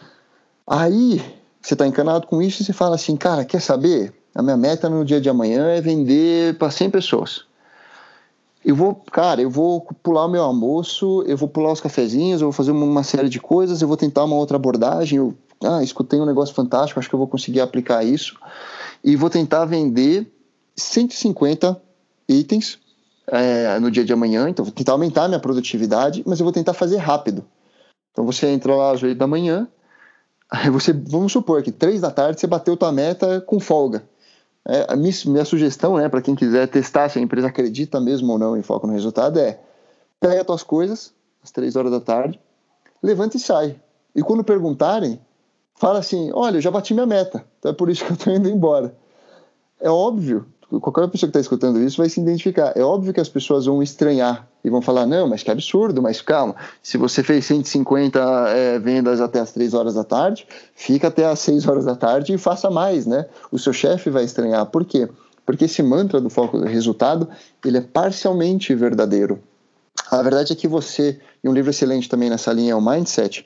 Aí você está encanado com isso e você fala assim, cara, quer saber? A minha meta no dia de amanhã é vender para 100 pessoas. Eu vou pular o meu almoço, eu vou pular os cafezinhos, eu vou fazer uma série de coisas, eu vou tentar uma outra abordagem, escutei um negócio fantástico, acho que eu vou conseguir aplicar isso, e vou tentar vender 150 itens no dia de amanhã, então vou tentar aumentar a minha produtividade, mas eu vou tentar fazer rápido. Então você entra lá às 8 da manhã, aí vamos supor que 3 da tarde você bateu tua meta com folga. A minha sugestão, né, para quem quiser testar se a empresa acredita mesmo ou não em foco no resultado, pega as tuas coisas, às 3 horas da tarde, levanta e sai. E quando perguntarem, fala assim, olha, eu já bati minha meta, então é por isso que eu estou indo embora. É óbvio, qualquer pessoa que está escutando isso vai se identificar, é óbvio que as pessoas vão estranhar e vão falar, não, mas que absurdo, mas calma, se você fez 150 vendas até as 3 horas da tarde, fica até as 6 horas da tarde e faça mais, né? O seu chefe vai estranhar. Por quê? Porque esse mantra do foco do resultado, ele é parcialmente verdadeiro. A verdade é que você, e um livro excelente também nessa linha é o Mindset,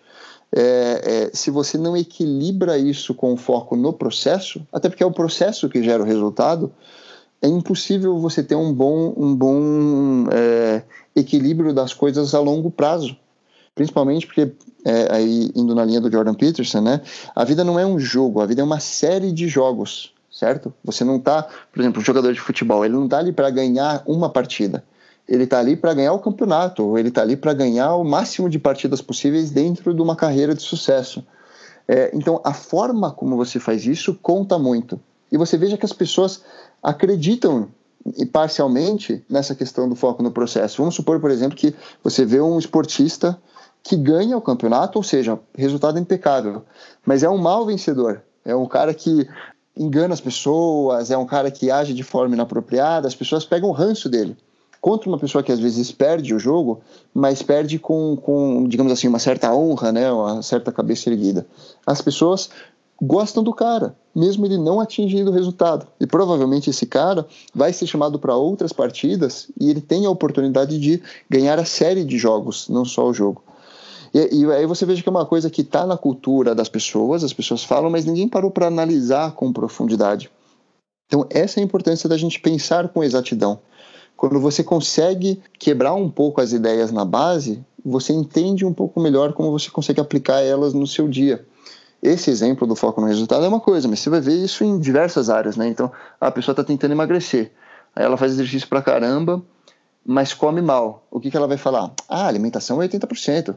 se você não equilibra isso com o foco no processo, até porque é o processo que gera o resultado, é impossível você ter um bom equilíbrio das coisas a longo prazo. Principalmente porque, aí indo na linha do Jordan Peterson, né, a vida não é um jogo, a vida é uma série de jogos, certo? Você não está, por exemplo, um jogador de futebol, ele não está ali para ganhar uma partida. Ele está ali para ganhar o campeonato, ou ele está ali para ganhar o máximo de partidas possíveis dentro de uma carreira de sucesso. Então, a forma como você faz isso conta muito. E você veja que as pessoas acreditam parcialmente nessa questão do foco no processo. Vamos supor, por exemplo, que você vê um esportista que ganha o campeonato, ou seja, resultado impecável, mas é um mau vencedor. É um cara que engana as pessoas, é um cara que age de forma inapropriada, as pessoas pegam o ranço dele. Contra uma pessoa que às vezes perde o jogo, mas perde com digamos assim, uma certa honra, né, uma certa cabeça erguida. As pessoas gostam do cara, mesmo ele não atingindo o resultado. E provavelmente esse cara vai ser chamado para outras partidas e ele tem a oportunidade de ganhar a série de jogos, não só o jogo. E aí você veja que é uma coisa que está na cultura das pessoas, as pessoas falam, mas ninguém parou para analisar com profundidade. Então essa é a importância da gente pensar com exatidão. Quando você consegue quebrar um pouco as ideias na base, você entende um pouco melhor como você consegue aplicar elas no seu dia. Esse exemplo do foco no resultado é uma coisa, mas você vai ver isso em diversas áreas, né? Então, a pessoa está tentando emagrecer, aí ela faz exercício pra caramba, mas come mal. O que ela vai falar? Alimentação é 80%.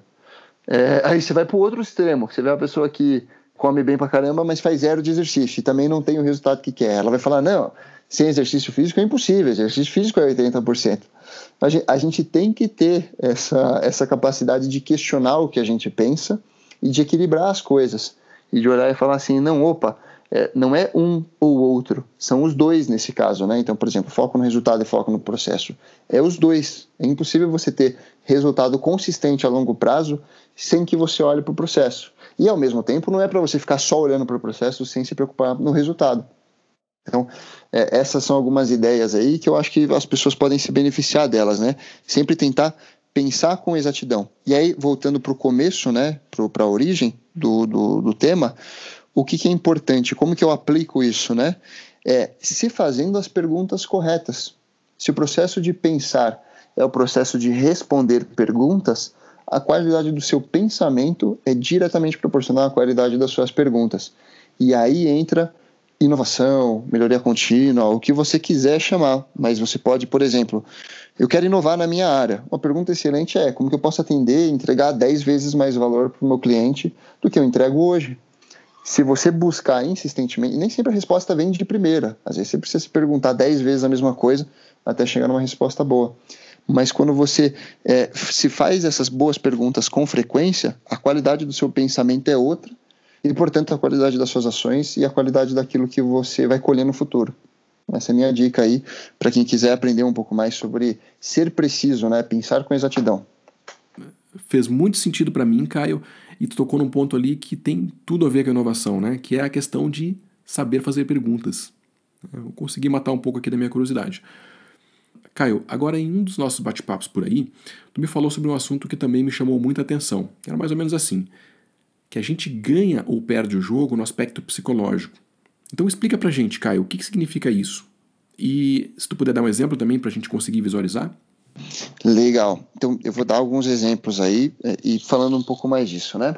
Aí você vai para o outro extremo. Você vê uma pessoa que come bem pra caramba, mas faz 0 de exercício e também não tem o resultado que quer. Ela vai falar, não, sem exercício físico é impossível, exercício físico é 80%. A gente tem que ter essa capacidade de questionar o que a gente pensa e de equilibrar as coisas. E de olhar e falar assim, não, opa, não é um ou outro, são os dois nesse caso, né? Então, por exemplo, foco no resultado e foco no processo. É os dois. É impossível você ter resultado consistente a longo prazo sem que você olhe para o processo. E, ao mesmo tempo, não é para você ficar só olhando para o processo sem se preocupar no resultado. Então, essas são algumas ideias aí que eu acho que as pessoas podem se beneficiar delas, né? Sempre tentar pensar com exatidão. E aí, voltando para o começo, né? Para a origem do tema, o que é importante? Como que eu aplico isso, né? Se fazendo as perguntas corretas. Se o processo de pensar é o processo de responder perguntas, a qualidade do seu pensamento é diretamente proporcional à qualidade das suas perguntas. E aí entra inovação, melhoria contínua, o que você quiser chamar. Mas você pode, por exemplo, eu quero inovar na minha área. Uma pergunta excelente é como que eu posso atender e entregar 10 vezes mais valor para o meu cliente do que eu entrego hoje? Se você buscar insistentemente, nem sempre a resposta vem de primeira. Às vezes você precisa se perguntar 10 vezes a mesma coisa até chegar numa resposta boa. Mas quando você se faz essas boas perguntas com frequência, a qualidade do seu pensamento é outra e, portanto, a qualidade das suas ações e a qualidade daquilo que você vai colher no futuro. Essa é a minha dica aí para quem quiser aprender um pouco mais sobre ser preciso, né? Pensar com exatidão. Fez muito sentido para mim, Caio, e tu tocou num ponto ali que tem tudo a ver com a inovação, né? Que é a questão de saber fazer perguntas. Eu consegui matar um pouco aqui da minha curiosidade. Caio, agora em um dos nossos bate-papos por aí, tu me falou sobre um assunto que também me chamou muita atenção. Era mais ou menos assim, que a gente ganha ou perde o jogo no aspecto psicológico. Então explica pra gente, Caio, o que significa isso? E se tu puder dar um exemplo também pra gente conseguir visualizar? Legal. Então eu vou dar alguns exemplos aí e falando um pouco mais disso, né?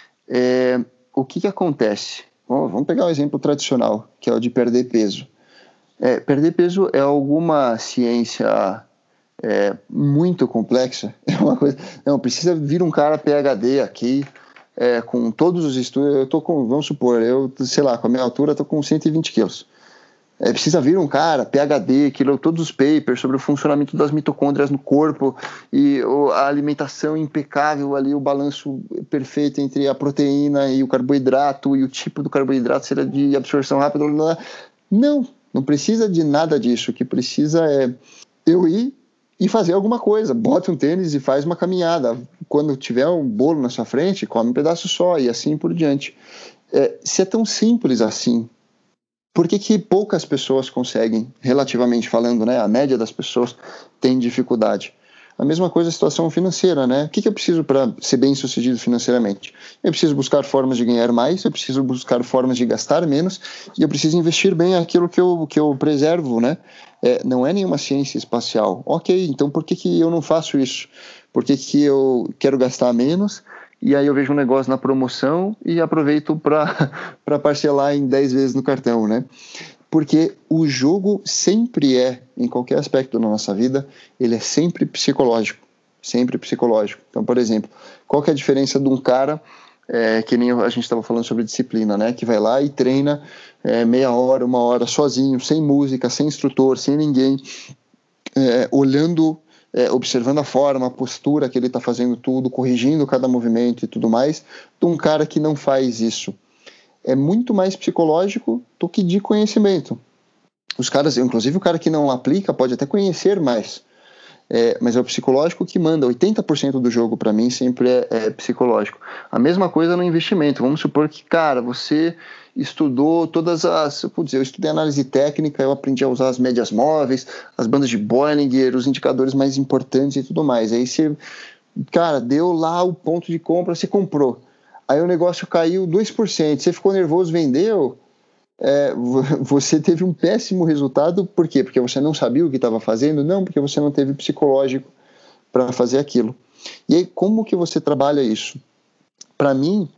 O que acontece? Vamos pegar um exemplo tradicional, que é o de perder peso. Perder peso é alguma ciência muito complexa. É uma coisa. Não, precisa vir um cara PhD aqui, com todos os estudos. Eu tô com, vamos supor, sei lá, com a minha altura, estou com 120 quilos. Precisa vir um cara, PhD, que leu todos os papers sobre o funcionamento das mitocôndrias no corpo e a alimentação impecável ali, o balanço perfeito entre a proteína e o carboidrato e o tipo do carboidrato, se ele é de absorção rápida ou não. Não precisa de nada disso. O que precisa é eu ir e fazer alguma coisa. Bota um tênis e faz uma caminhada. Quando tiver um bolo na sua frente, come um pedaço só e assim por diante. Se é tão simples assim, por que poucas pessoas conseguem, relativamente falando, né? A média das pessoas tem dificuldade. A mesma coisa a situação financeira, né? O que eu preciso para ser bem sucedido financeiramente? Eu preciso buscar formas de ganhar mais, eu preciso buscar formas de gastar menos e eu preciso investir bem aquilo que eu preservo, né? Não é nenhuma ciência espacial. Ok, então por que eu não faço isso? Por que eu quero gastar menos e aí eu vejo um negócio na promoção e aproveito para parcelar em 10 vezes no cartão, né? Porque o jogo sempre em qualquer aspecto da nossa vida, ele é sempre psicológico. Sempre psicológico. Então, por exemplo, qual que é a diferença de um cara, que nem a gente estava falando sobre disciplina, né? Que vai lá e treina meia hora, uma hora, sozinho, sem música, sem instrutor, sem ninguém, olhando, observando a forma, a postura que ele está fazendo tudo, corrigindo cada movimento e tudo mais, de um cara que não faz isso. É muito mais psicológico do que de conhecimento. Os caras, inclusive o cara que não aplica pode até conhecer mais, mas é o psicológico que manda. 80% do jogo para mim sempre é psicológico. A mesma coisa no investimento. Vamos supor que, cara, você estudou todas as... eu estudei análise técnica, eu aprendi a usar as médias móveis, as bandas de Bollinger, os indicadores mais importantes e tudo mais. Aí você, cara, deu lá o ponto de compra, você comprou. Aí o negócio caiu 2%, você ficou nervoso, vendeu, você teve um péssimo resultado. Por quê? Porque você não sabia o que estava fazendo? Não, porque você não teve psicológico para fazer aquilo. E aí, como que você trabalha isso? Para mim,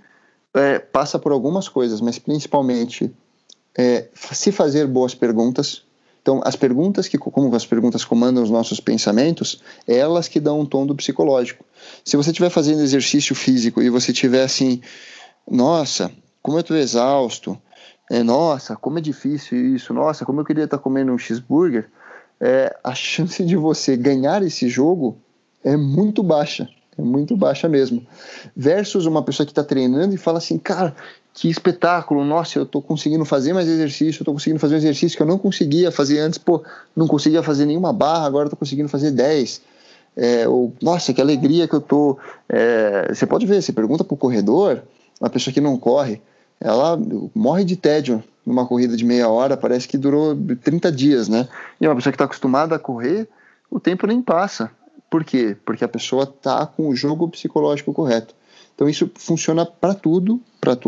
passa por algumas coisas, mas principalmente se fazer boas perguntas. Então, como as perguntas comandam os nossos pensamentos, é elas que dão um tom do psicológico. Se você estiver fazendo exercício físico e você estiver assim, nossa, como eu estou exausto, nossa, como é difícil isso, nossa, como eu queria estar comendo um cheeseburger, a chance de você ganhar esse jogo é muito baixa mesmo. Versus uma pessoa que está treinando e fala assim, cara, que espetáculo, nossa, eu estou conseguindo fazer mais exercício, eu estou conseguindo fazer um exercício que eu não conseguia fazer antes, não conseguia fazer nenhuma barra, agora estou conseguindo fazer 10. Ou, nossa, que alegria que eu estou. Você pode ver, você pergunta para o corredor, uma pessoa que não corre, ela morre de tédio numa corrida de meia hora, parece que durou 30 dias, né? E uma pessoa que está acostumada a correr, o tempo nem passa. Por quê? Porque a pessoa está com o jogo psicológico correto. Então isso funciona para tudo.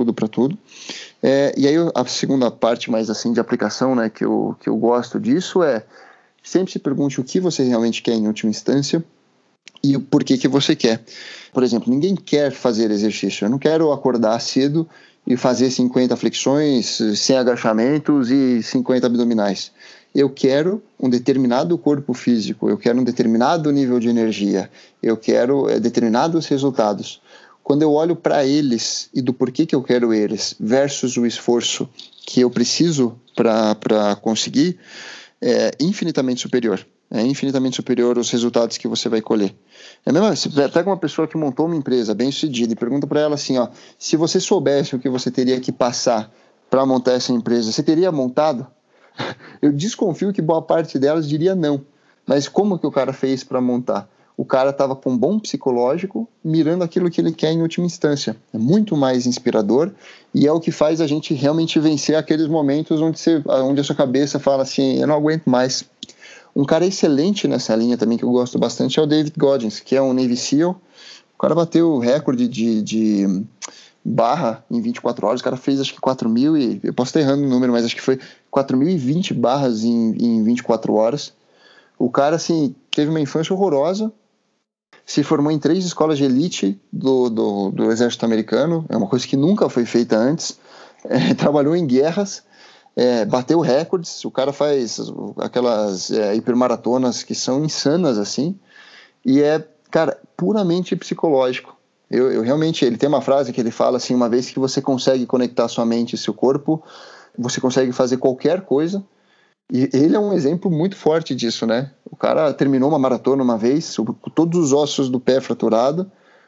E aí a segunda parte mais assim de aplicação, né, que eu gosto disso sempre se pergunte o que você realmente quer em última instância e o porquê que você quer. Por exemplo, ninguém quer fazer exercício. Eu não quero acordar cedo e fazer 50 flexões, 100 agachamentos e 50 abdominais. Eu quero um determinado corpo físico, eu quero um determinado nível de energia, eu quero determinados resultados. Quando eu olho para eles e do porquê que eu quero eles versus o esforço que eu preciso para conseguir, é infinitamente superior. É infinitamente superior os resultados que você vai colher. Você pega uma pessoa que montou uma empresa bem-sucedida e pergunta para ela assim, se você soubesse o que você teria que passar para montar essa empresa, você teria montado? Eu desconfio que boa parte delas diria não. Mas como que o cara fez para montar? O cara estava com um bom psicológico, mirando aquilo que ele quer em última instância. É muito mais inspirador e é o que faz a gente realmente vencer aqueles momentos onde a sua cabeça fala assim, eu não aguento mais. Um cara excelente nessa linha também que eu gosto bastante é o David Goggins, que é um Navy SEAL. O cara bateu o recorde de barra em 24 horas, o cara fez acho que 4.000 eu posso estar errando o número, mas acho que foi 4.020 barras em 24 horas. O cara, assim, teve uma infância horrorosa, se formou em 3 escolas de elite do exército americano, é uma coisa que nunca foi feita antes, trabalhou em guerras, bateu recordes, o cara faz aquelas hipermaratonas que são insanas, assim, e cara, puramente psicológico. Eu realmente, ele tem uma frase que ele fala assim, uma vez que você consegue conectar sua mente e seu corpo, você consegue fazer qualquer coisa, e ele é um exemplo muito forte disso, né? O cara terminou uma maratona uma vez, com todos os ossos do pé fraturado,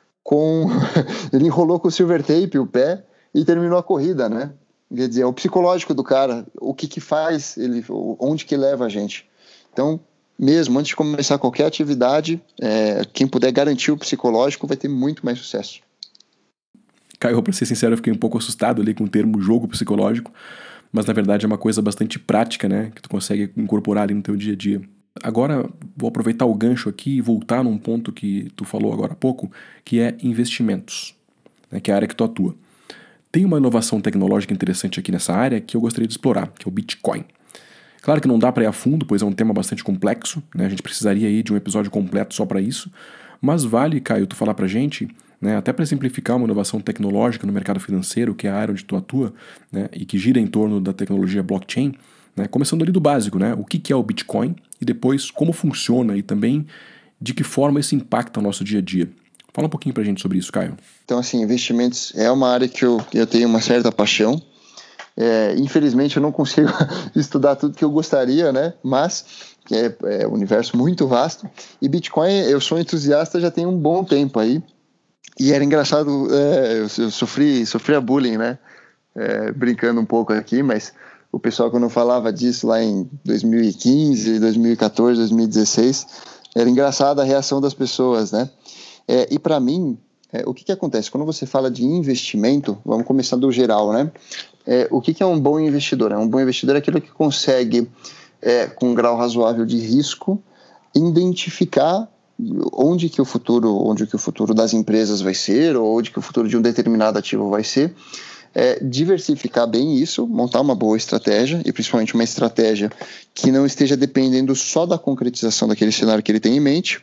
ele enrolou com silver tape o pé e terminou a corrida, né? Quer dizer, é o psicológico do cara, o que faz, onde que leva a gente. Então, mesmo antes de começar qualquer atividade, quem puder garantir o psicológico vai ter muito mais sucesso. Caio, para ser sincero, eu fiquei um pouco assustado ali com o termo jogo psicológico, mas na verdade é uma coisa bastante prática, né, que tu consegue incorporar ali no teu dia a dia. Agora, vou aproveitar o gancho aqui e voltar num ponto que tu falou agora há pouco, que é investimentos, né, que é a área que tu atua. Tem uma inovação tecnológica interessante aqui nessa área que eu gostaria de explorar, que é o Bitcoin. Claro que não dá para ir a fundo, pois é um tema bastante complexo, né? A gente precisaria aí de um episódio completo só para isso, mas vale, Caio, tu falar pra gente, né, até para simplificar uma inovação tecnológica no mercado financeiro, que é a área onde tu atua, né, e que gira em torno da tecnologia blockchain, né, começando ali do básico, né, o que é o Bitcoin e depois como funciona e também de que forma isso impacta o nosso dia a dia. Fala um pouquinho pra gente sobre isso, Caio. Então, assim, investimentos é uma área que eu tenho uma certa paixão. Infelizmente, eu não consigo estudar tudo que eu gostaria, né? Mas é um universo muito vasto. E Bitcoin, eu sou entusiasta já tem um bom tempo aí. E era engraçado, eu sofria bullying, né? Brincando um pouco aqui, mas o pessoal, quando falava disso lá em 2015, 2014, 2016, era engraçada a reação das pessoas, né? E para mim, o que acontece? Quando você fala de investimento, vamos começar do geral, né? O que é um bom investidor? Um bom investidor é aquele que consegue, com um grau razoável de risco, identificar onde que o futuro das empresas vai ser, ou onde que o futuro de um determinado ativo vai ser, diversificar bem isso, montar uma boa estratégia, e principalmente uma estratégia que não esteja dependendo só da concretização daquele cenário que ele tem em mente.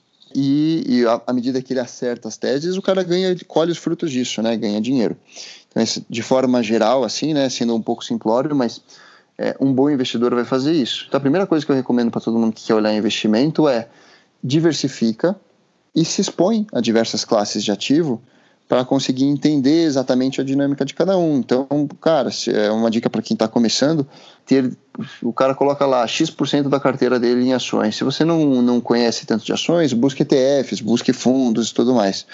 E à medida que ele acerta as teses, o cara colhe os frutos disso, né? Ganha dinheiro. Então, de forma geral, assim, né? Sendo um pouco simplório, mas um bom investidor vai fazer isso. Então a primeira coisa que eu recomendo para todo mundo que quer olhar investimento é diversifica e se expõe a diversas classes de ativo para conseguir entender exatamente a dinâmica de cada um. Então, cara, é uma dica para quem está começando, o cara coloca lá X% da carteira dele em ações. Se você não conhece tanto de ações, busque ETFs, busque fundos e tudo mais.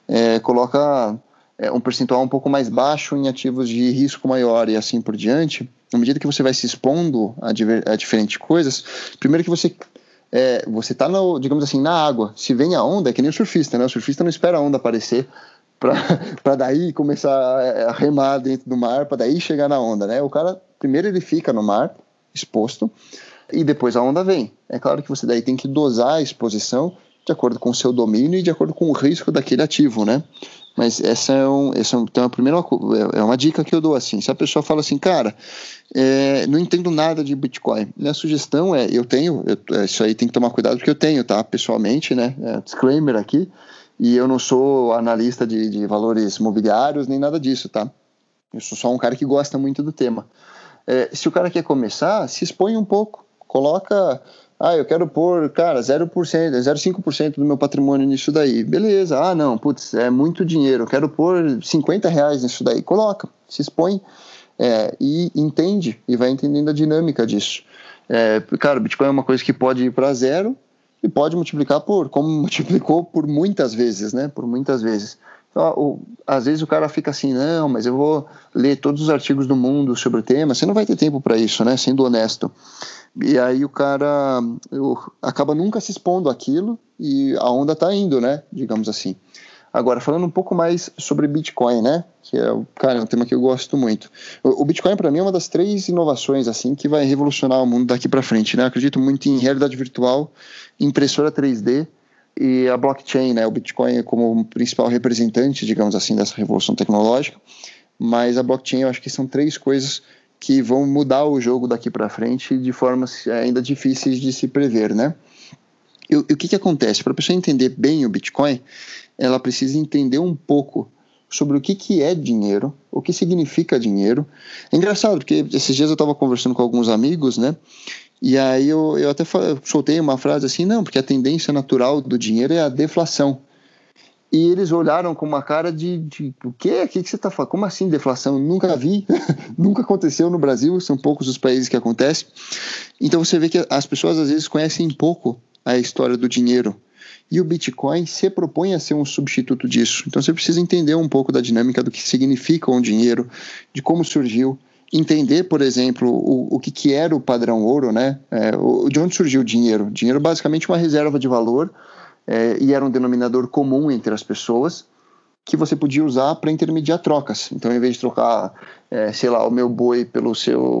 Coloca um percentual um pouco mais baixo em ativos de risco maior e assim por diante. À medida que você vai se expondo a diferentes coisas, primeiro que você está, digamos assim, na água. Se vem a onda, é que nem o surfista, né? O surfista não espera a onda aparecer para daí começar a remar dentro do mar, para daí chegar na onda, né? O cara, primeiro ele fica no mar, exposto, e depois a onda vem. É claro que você daí tem que dosar a exposição de acordo com o seu domínio e de acordo com o risco daquele ativo, né? Mas então, a primeira é uma dica que eu dou assim. Se a pessoa fala assim, cara, não entendo nada de Bitcoin, minha sugestão isso aí tem que tomar cuidado porque eu tenho, tá? Pessoalmente, né? Disclaimer aqui. E eu não sou analista de valores mobiliários nem nada disso, tá? Eu sou só um cara que gosta muito do tema. Se o cara quer começar, se expõe um pouco. Coloca, eu quero pôr, cara, 0,5% do meu patrimônio nisso daí. Beleza, não, putz, é muito dinheiro, eu quero pôr R$50 nisso daí. Coloca, se expõe e entende, e vai entendendo a dinâmica disso. Cara, o Bitcoin é uma coisa que pode ir para zero, e pode multiplicar como multiplicou por muitas vezes, né? Por muitas vezes. Então, às vezes o cara fica assim, não, mas eu vou ler todos os artigos do mundo sobre o tema. Você não vai ter tempo para isso, né? Sendo honesto. E aí o cara acaba nunca se expondo àquilo e a onda tá indo, né? Digamos assim. Agora, falando um pouco mais sobre Bitcoin, né? Que é um tema que eu gosto muito. O Bitcoin, para mim, é uma das 3 inovações assim que vai revolucionar o mundo daqui para frente, né? Eu acredito muito em realidade virtual, impressora 3D e a blockchain, né? O Bitcoin como principal representante, digamos assim, dessa revolução tecnológica. Mas a blockchain, eu acho que são 3 coisas que vão mudar o jogo daqui para frente de formas ainda difíceis de se prever, né? E o que acontece? Para a pessoa entender bem o Bitcoin, ela precisa entender um pouco sobre o que é dinheiro, o que significa dinheiro. É engraçado, porque esses dias eu estava conversando com alguns amigos, né? E aí eu até soltei uma frase assim, não, porque a tendência natural do dinheiro é a deflação. E eles olharam com uma cara de o quê? O que você está falando? Como assim deflação? Nunca vi, nunca aconteceu no Brasil, são poucos os países que acontece. Então você vê que as pessoas às vezes conhecem pouco a história do dinheiro. E o Bitcoin se propõe a ser um substituto disso. Então você precisa entender um pouco da dinâmica do que significa um dinheiro, de como surgiu, entender, por exemplo, o que era o padrão ouro, né? De onde surgiu o dinheiro? O dinheiro é basicamente uma reserva de valor e era um denominador comum entre as pessoas que você podia usar para intermediar trocas. Então, em vez de trocar, o meu boi pela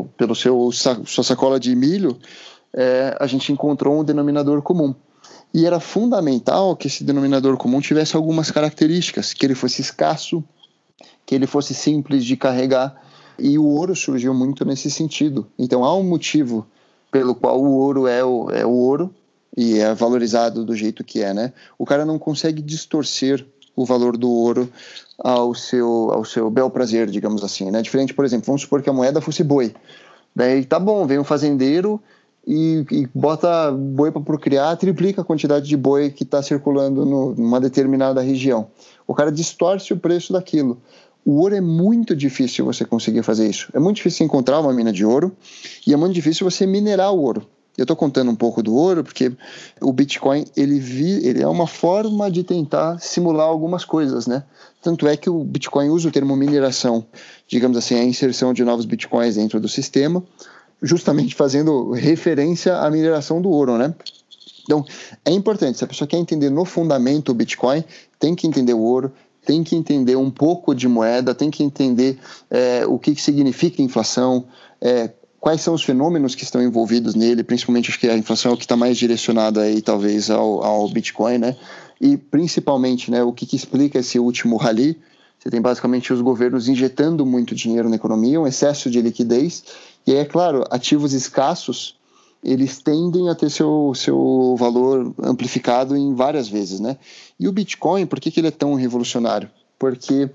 sua sacola de milho, a gente encontrou um denominador comum. E era fundamental que esse denominador comum tivesse algumas características, que ele fosse escasso, que ele fosse simples de carregar, e o ouro surgiu muito nesse sentido. Então há um motivo pelo qual o ouro é o ouro e é valorizado do jeito que é, né? O cara não consegue distorcer o valor do ouro ao seu bel prazer, digamos assim, né? Diferente, por exemplo, vamos supor que a moeda fosse boi. Daí tá bom, vem um fazendeiro e bota boi para procriar, triplica a quantidade de boi que está circulando numa determinada região. O cara distorce o preço daquilo. O ouro é muito difícil você conseguir fazer isso. É muito difícil encontrar uma mina de ouro e é muito difícil você minerar o ouro. Eu estou contando um pouco do ouro porque o Bitcoin ele é uma forma de tentar simular algumas coisas, né? Tanto é que o Bitcoin usa o termo mineração, digamos assim, a inserção de novos Bitcoins dentro do sistema, justamente fazendo referência à mineração do ouro, né? Então, é importante, se a pessoa quer entender no fundamento o Bitcoin, tem que entender o ouro, tem que entender um pouco de moeda, tem que entender o que significa inflação, quais são os fenômenos que estão envolvidos nele, principalmente acho que a inflação é o que está mais direcionado aí talvez ao Bitcoin, né? E principalmente, né, o que explica esse último rally. Você tem basicamente os governos injetando muito dinheiro na economia, um excesso de liquidez, e aí, é claro, ativos escassos, eles tendem a ter seu valor amplificado em várias vezes, né? E o Bitcoin, por que ele é tão revolucionário? Porque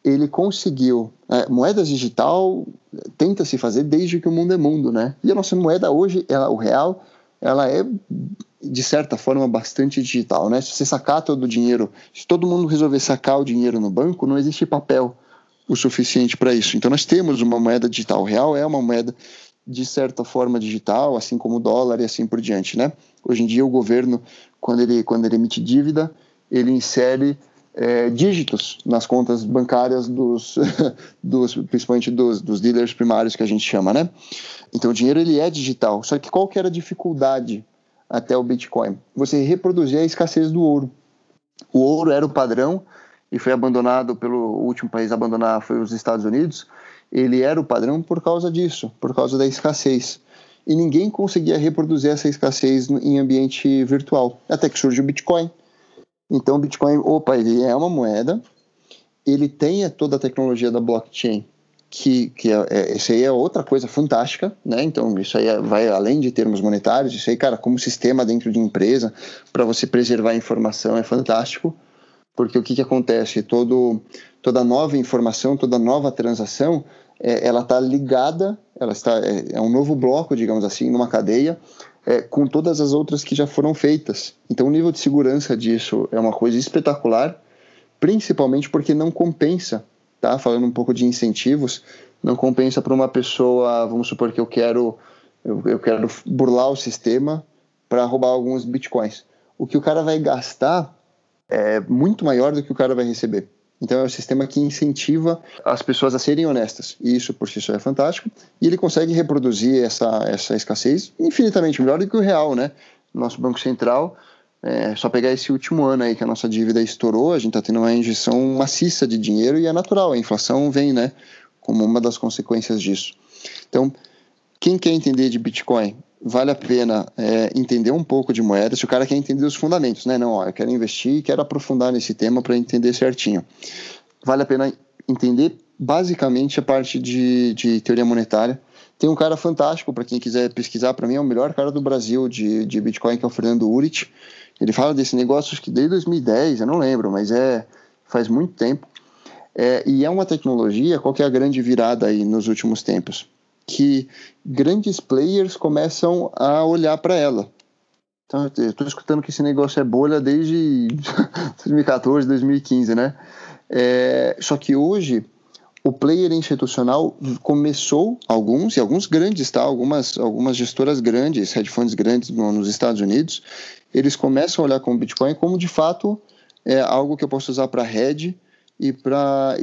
ele conseguiu... moedas digital tenta se fazer desde que o mundo é mundo, né? E a nossa moeda hoje, o real, ela é, de certa forma, bastante digital, né? Se você sacar todo o dinheiro, se todo mundo resolver sacar o dinheiro no banco, não existe papel o suficiente para isso. Então nós temos uma moeda digital. O real é uma moeda, de certa forma, digital, assim como o dólar e assim por diante, né? Hoje em dia o governo, quando ele emite dívida, ele insere dígitos nas contas bancárias principalmente dos dealers primários que a gente chama, né? Então o dinheiro ele é digital. Só que qual que era a dificuldade até o Bitcoin? Você reproduzir a escassez do ouro. O ouro era o padrão e foi abandonado o último país a abandonar foi os Estados Unidos. Ele era o padrão por causa disso, por causa da escassez. E ninguém conseguia reproduzir essa escassez em ambiente virtual, até que surge o Bitcoin. Então o Bitcoin, ele é uma moeda, ele tem toda a tecnologia da blockchain, isso aí é outra coisa fantástica, né? Então isso aí vai além de termos monetários, isso aí, cara, como sistema dentro de empresa, para você preservar a informação é fantástico, porque o que acontece? Toda nova informação, toda nova transação, ela está ligada, é um novo bloco, digamos assim, numa cadeia, com todas as outras que já foram feitas. Então o nível de segurança disso é uma coisa espetacular, principalmente porque não compensa, tá? Falando um pouco de incentivos, não compensa para uma pessoa, vamos supor que eu quero burlar o sistema para roubar alguns bitcoins. O que o cara vai gastar é muito maior do que o cara vai receber. Então é um sistema que incentiva as pessoas a serem honestas. E isso por si só é fantástico. E ele consegue reproduzir essa escassez infinitamente melhor do que o real, né? Nosso Banco Central, só pegar esse último ano aí que a nossa dívida estourou, a gente está tendo uma injeção maciça de dinheiro e é natural. A inflação vem, né? Como uma das consequências disso. Então, quem quer entender de Bitcoin, vale a pena entender um pouco de moeda, se o cara quer entender os fundamentos, né? Não, eu quero investir e quero aprofundar nesse tema para entender certinho. Vale a pena entender basicamente a parte de teoria monetária. Tem um cara fantástico, para quem quiser pesquisar, para mim é o melhor cara do Brasil de Bitcoin, que é o Fernando Urich. Ele fala desse negócio, acho que desde 2010, eu não lembro, mas faz muito tempo. E é uma tecnologia, qual que é a grande virada aí nos últimos tempos? Que grandes players começam a olhar para ela. Então, eu estou escutando que esse negócio é bolha desde 2014, 2015, né? Só que hoje, o player institucional começou, alguns grandes, tá? Algumas gestoras grandes, hedge funds grandes nos Estados Unidos, eles começam a olhar com o Bitcoin como, de fato, algo que eu posso usar para hedge e para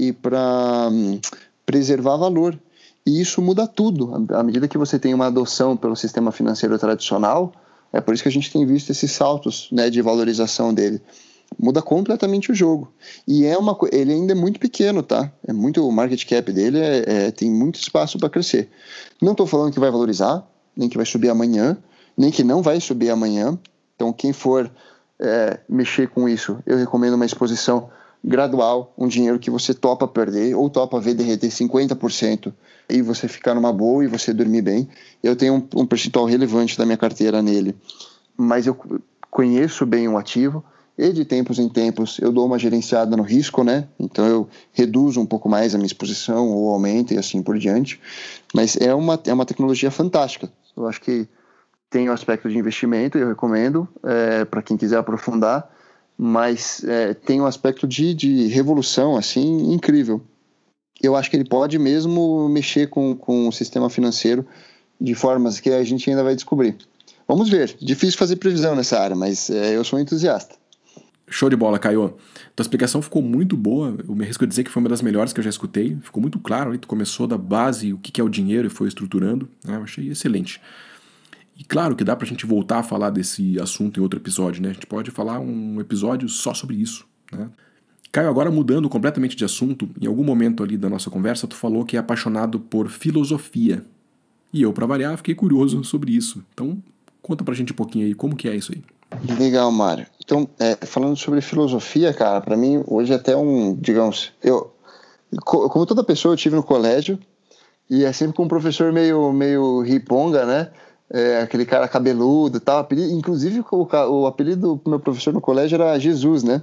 preservar valor. E isso muda tudo. À medida que você tem uma adoção pelo sistema financeiro tradicional, é por isso que a gente tem visto esses saltos, né, de valorização dele. Muda completamente o jogo. E ele ainda é muito pequeno, tá? O market cap dele tem muito espaço para crescer. Não estou falando que vai valorizar, nem que vai subir amanhã, nem que não vai subir amanhã. Então, quem for mexer com isso, eu recomendo uma exposição gradual, um dinheiro que você topa perder ou topa ver derreter 50% e você ficar numa boa e você dormir bem. Eu tenho um percentual relevante da minha carteira nele, mas eu conheço bem o ativo e de tempos em tempos eu dou uma gerenciada no risco, né? Então eu reduzo um pouco mais a minha exposição ou aumento e assim por diante, mas é uma tecnologia fantástica. Eu acho que tem o aspecto de investimento e eu recomendo para quem quiser aprofundar, mas tem um aspecto de revolução assim incrível. Eu acho que ele pode mesmo mexer com o sistema financeiro de formas que a gente ainda vai descobrir. Vamos ver. Difícil fazer previsão nessa área, mas eu sou um entusiasta. Show de bola, Caio. Tua explicação ficou muito boa. Eu me arrisco a dizer que foi uma das melhores que eu já escutei. Ficou muito claro. Tu começou da base, o que é o dinheiro e foi estruturando. Eu achei excelente. E claro que dá pra gente voltar a falar desse assunto em outro episódio, né? A gente pode falar um episódio só sobre isso, né? Caio, agora mudando completamente de assunto, em algum momento ali da nossa conversa, tu falou que é apaixonado por filosofia. E eu, pra variar, fiquei curioso sobre isso. Então, conta pra gente um pouquinho aí, como que é isso aí? Legal, Mário. Então, falando sobre filosofia, cara, pra mim, hoje até digamos, como toda pessoa, eu tive no colégio, e é sempre com um professor meio riponga, né? Aquele cara cabeludo e tal. Inclusive, o apelido do meu professor no colégio era Jesus, né?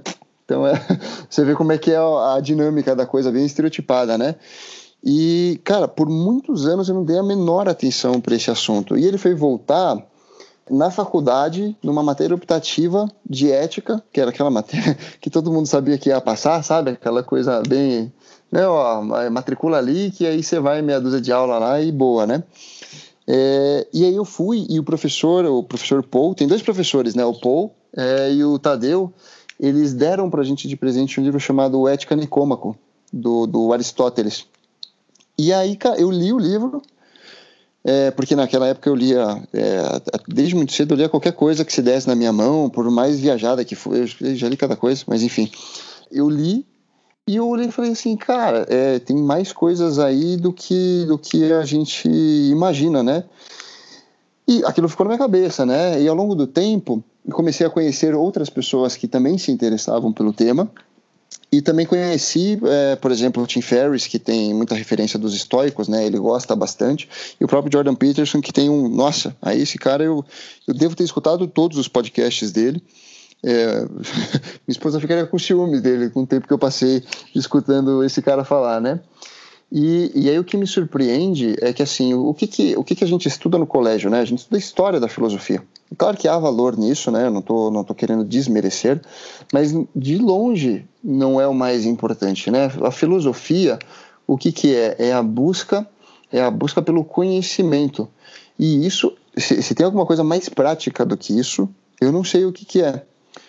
Então, você vê como é que é a dinâmica da coisa, bem estereotipada, né? E, cara, por muitos anos eu não dei a menor atenção para esse assunto. E ele foi voltar na faculdade, numa matéria optativa de ética, que era aquela matéria que todo mundo sabia que ia passar, sabe? Aquela coisa bem... né, ó, matricula ali, que aí você vai meia dúzia de aula lá e boa, né? E aí eu fui, e o professor Paul, tem 2 professores, né? O Paul e o Tadeu, eles deram pra gente de presente um livro chamado Ética Nicômaco, do Aristóteles. E aí, cara, eu li o livro, porque naquela época eu lia, desde muito cedo eu lia qualquer coisa que se desse na minha mão, por mais viajada que foi, eu já li cada coisa, mas enfim. Eu li, e eu olhei e falei assim, cara, tem mais coisas aí do que a gente imagina, né? E aquilo ficou na minha cabeça, né? E ao longo do tempo, eu comecei a conhecer outras pessoas que também se interessavam pelo tema. E também conheci, por exemplo, o Tim Ferriss, que tem muita referência dos estoicos, né? Ele gosta bastante. E o próprio Jordan Peterson, que tem Nossa, aí esse cara eu devo ter escutado todos os podcasts dele. Minha esposa ficaria com ciúme dele com o tempo que eu passei escutando esse cara falar, né? E aí o que me surpreende é que, assim, o que a gente estuda no colégio, né? A gente estuda a história da filosofia. Claro que há valor nisso, né? Eu não tô querendo desmerecer, mas de longe não é o mais importante, né? A filosofia, o que é? É a busca pelo conhecimento. E isso, se tem alguma coisa mais prática do que isso, eu não sei o que é.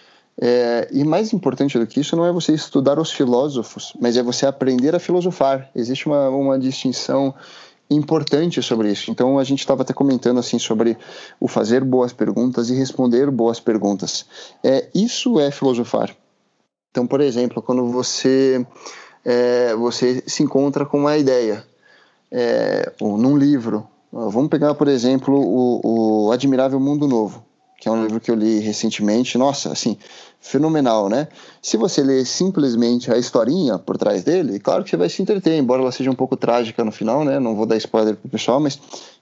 E mais importante do que isso não é você estudar os filósofos, mas é você aprender a filosofar. Existe uma distinção importante sobre isso. Então a gente estava até comentando assim sobre o fazer boas perguntas e responder boas perguntas. Isso é filosofar. Então, por exemplo, quando você se encontra com uma ideia, ou num livro, vamos pegar, por exemplo, o Admirável Mundo Novo, que é um livro que eu li recentemente. Nossa, assim, fenomenal, né? Se você ler simplesmente a historinha por trás dele, claro que você vai se entreter, embora ela seja um pouco trágica no final, né? Não vou dar spoiler pro pessoal, mas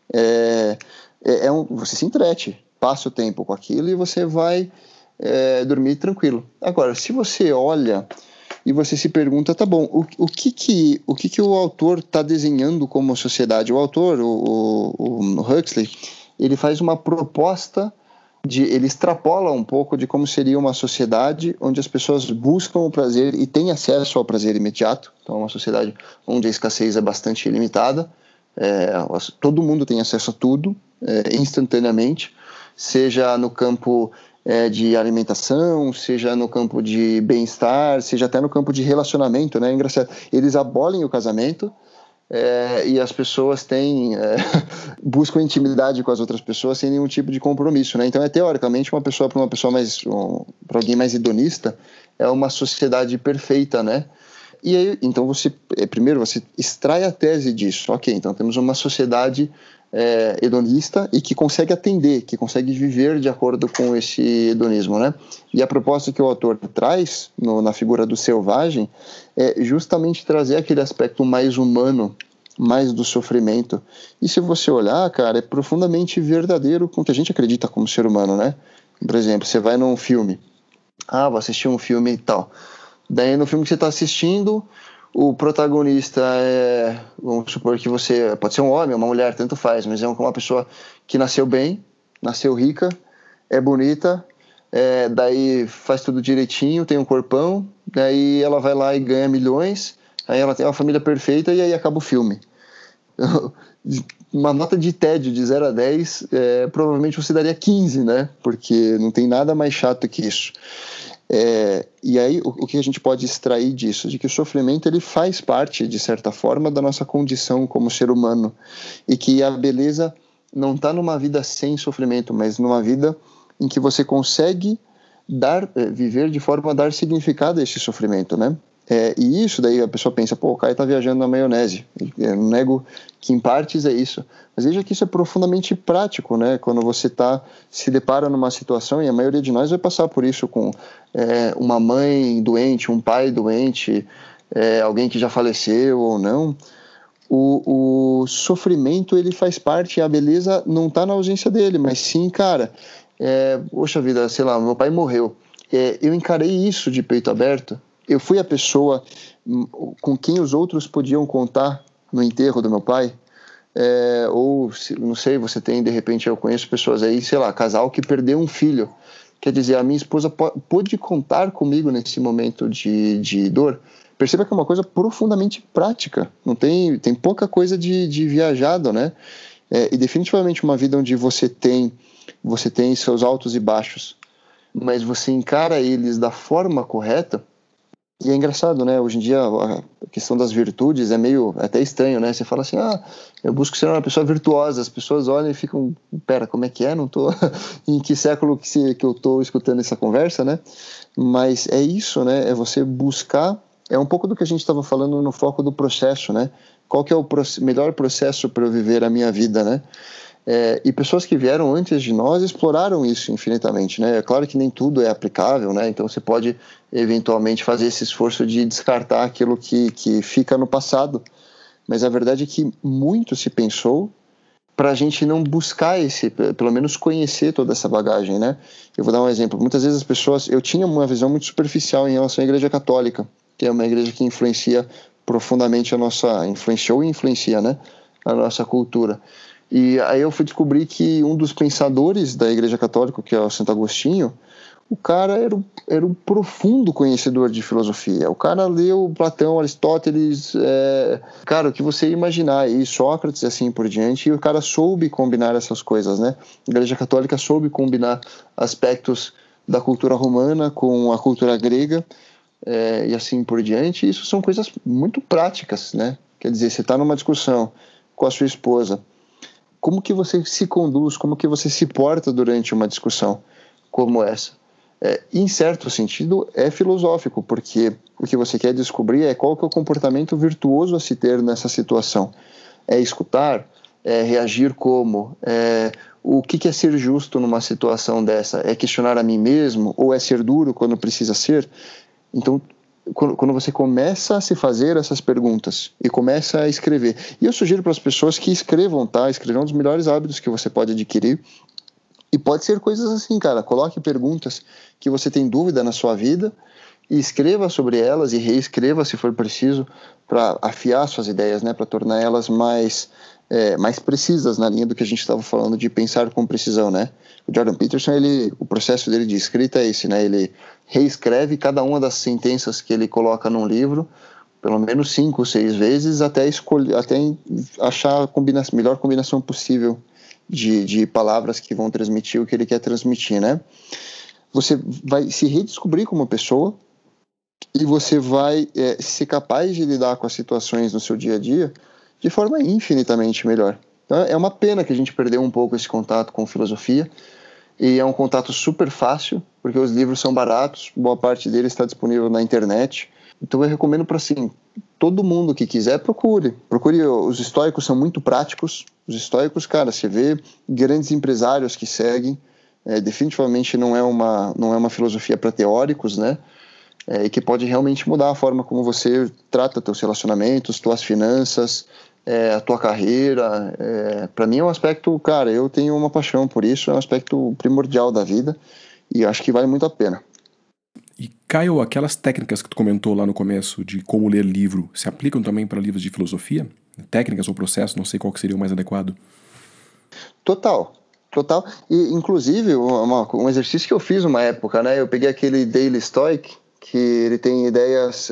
você se entrete, passa o tempo com aquilo e você vai dormir tranquilo. Agora, se você olha e você se pergunta, tá bom, o que o autor está desenhando como sociedade? O autor, o Huxley, ele faz uma proposta ele extrapola um pouco de como seria uma sociedade onde as pessoas buscam o prazer e têm acesso ao prazer imediato. Então, é uma sociedade onde a escassez é bastante limitada, todo mundo tem acesso a tudo instantaneamente, seja no campo de alimentação, seja no campo de bem-estar, seja até no campo de relacionamento, né? Engraçado, eles abolem o casamento, e as pessoas buscam intimidade com as outras pessoas sem nenhum tipo de compromisso, né? Então, teoricamente, para alguém mais hedonista, é uma sociedade perfeita, né? E aí, então, primeiro você extrai a tese disso. Ok, então temos uma sociedade hedonista e que consegue atender, que consegue viver de acordo com esse hedonismo, né? E a proposta que o autor traz na figura do selvagem é justamente trazer aquele aspecto mais humano, mais do sofrimento. E se você olhar, cara, é profundamente verdadeiro com o que a gente acredita como ser humano, né? Por exemplo, você vai num filme, vou assistir um filme e tal. Daí no filme que você está assistindo, o protagonista vamos supor que pode ser um homem, uma mulher, tanto faz, mas é uma pessoa que nasceu bem, nasceu rica, é bonita, daí faz tudo direitinho, tem um corpão, daí ela vai lá e ganha milhões, aí ela tem uma família perfeita e aí acaba o filme. Uma nota de tédio de 0 a 10, provavelmente você daria 15, né? Porque não tem nada mais chato que isso. E aí o que a gente pode extrair disso? De que o sofrimento ele faz parte, de certa forma, da nossa condição como ser humano, e que a beleza não está numa vida sem sofrimento, mas numa vida em que você consegue viver de forma a dar significado a esse sofrimento, né? E isso daí a pessoa pensa, o Caio está viajando na maionese. Eu não nego que em partes é isso, mas veja que isso é profundamente prático, né? Quando você se depara numa situação, e a maioria de nós vai passar por isso com uma mãe doente, um pai doente, alguém que já faleceu ou não. O sofrimento ele faz parte, e a beleza não está na ausência dele, mas sim, cara, poxa vida, sei lá, meu pai morreu. eu encarei isso de peito aberto. Eu fui a pessoa com quem os outros podiam contar no enterro do meu pai. Ou, não sei, você tem, de repente, eu conheço pessoas aí, sei lá, casal que perdeu um filho. Quer dizer, a minha esposa pôde contar comigo nesse momento de dor. Perceba que é uma coisa profundamente prática. Não tem pouca coisa de viajado, né? E definitivamente uma vida onde você tem seus altos e baixos, mas você encara eles da forma correta. E é engraçado, né? Hoje em dia a questão das virtudes é meio até estranho, né? Você fala assim, eu busco ser uma pessoa virtuosa. As pessoas olham e ficam, pera, como é que é? Não tô em que século que eu tô escutando essa conversa, né? Mas é isso, né? É você buscar, é um pouco do que a gente estava falando no foco do processo, né? Qual que é o melhor processo para eu viver a minha vida, né? E pessoas que vieram antes de nós exploraram isso infinitamente, né? É claro que nem tudo é aplicável, né? Então você pode eventualmente fazer esse esforço de descartar aquilo que fica no passado, mas a verdade é que muito se pensou para a gente não buscar pelo menos conhecer toda essa bagagem, né? Eu vou dar um exemplo. Muitas vezes as pessoas, eu tinha uma visão muito superficial em relação à Igreja Católica, que é uma igreja que influencia profundamente influenciou e influencia, né? A nossa cultura. E aí eu fui descobrir que um dos pensadores da Igreja Católica, que é o Santo Agostinho, o cara era um profundo conhecedor de filosofia. O cara leu Platão, Aristóteles, cara, o que você imaginar, e Sócrates e assim por diante, e o cara soube combinar essas coisas, né? A Igreja Católica soube combinar aspectos da cultura romana com a cultura grega, e assim por diante. Isso são coisas muito práticas, né? Quer dizer, você está numa discussão com a sua esposa, como que você se conduz, como que você se porta durante uma discussão como essa? Em certo sentido, é filosófico, porque o que você quer descobrir é qual que é o comportamento virtuoso a se ter nessa situação. É escutar, é reagir como, o que é ser justo numa situação dessa? É questionar a mim mesmo, ou é ser duro quando precisa ser? Então, quando você começa a se fazer essas perguntas e começa a escrever, e eu sugiro para as pessoas que escrevam, tá? Escrever é um dos melhores hábitos que você pode adquirir, e pode ser coisas assim, cara, coloque perguntas que você tem dúvida na sua vida e escreva sobre elas e reescreva se for preciso para afiar suas ideias, né? Para tornar elas mais precisas na linha do que a gente estava falando de pensar com precisão, né? O Jordan Peterson, o processo dele de escrita é esse, né? Ele reescreve cada uma das sentenças que ele coloca num livro, pelo menos 5 ou 6 vezes, até achar a melhor combinação possível de palavras que vão transmitir o que ele quer transmitir, né? Você vai se redescobrir como pessoa e você vai ser capaz de lidar com as situações no seu dia a dia de forma infinitamente melhor. Então, é uma pena que a gente perdeu um pouco esse contato com filosofia, e é um contato super fácil, porque os livros são baratos, boa parte deles está disponível na internet. Então eu recomendo para assim, todo mundo que quiser, procure. Os estoicos são muito práticos. Os estoicos, cara, você vê grandes empresários que seguem. Definitivamente não é uma filosofia para teóricos, né? E que pode realmente mudar a forma como você trata teus relacionamentos, tuas finanças, a tua carreira. Para mim é um aspecto, cara, eu tenho uma paixão por isso, é um aspecto primordial da vida e acho que vale muito a pena. E, Caio, aquelas técnicas que tu comentou lá no começo de como ler livro, se aplicam também para livros de filosofia? Técnicas ou processos, não sei qual que seria o mais adequado. Total. E, inclusive, um exercício que eu fiz uma época, né? Eu peguei aquele Daily Stoic, que ele tem ideias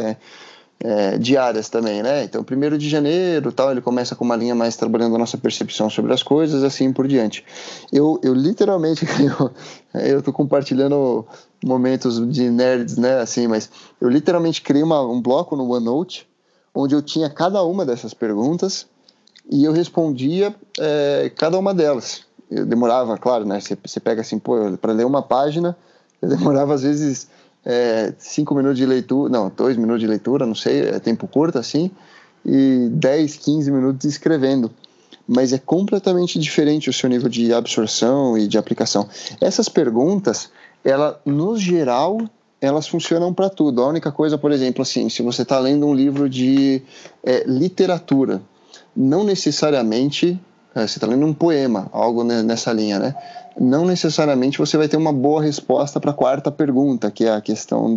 diárias também, né? Então, 1º de janeiro, tal, ele começa com uma linha mais trabalhando a nossa percepção sobre as coisas, assim por diante. Eu literalmente, eu tô compartilhando momentos de nerds, né? Assim, mas eu literalmente criei um bloco no OneNote, onde eu tinha cada uma dessas perguntas e eu respondia cada uma delas. Eu demorava, claro, né? Você pega assim, para ler uma página, eu demorava às vezes 5 minutos de leitura, não, 2 minutos de leitura, não sei, é tempo curto assim, e 10, 15 minutos escrevendo. Mas é completamente diferente o seu nível de absorção e de aplicação. Essas perguntas, no geral, elas funcionam para tudo. A única coisa, por exemplo, assim, se você está lendo um livro de literatura, não necessariamente você está lendo um poema, algo nessa linha, né? Não necessariamente você vai ter uma boa resposta para a quarta pergunta, que é a questão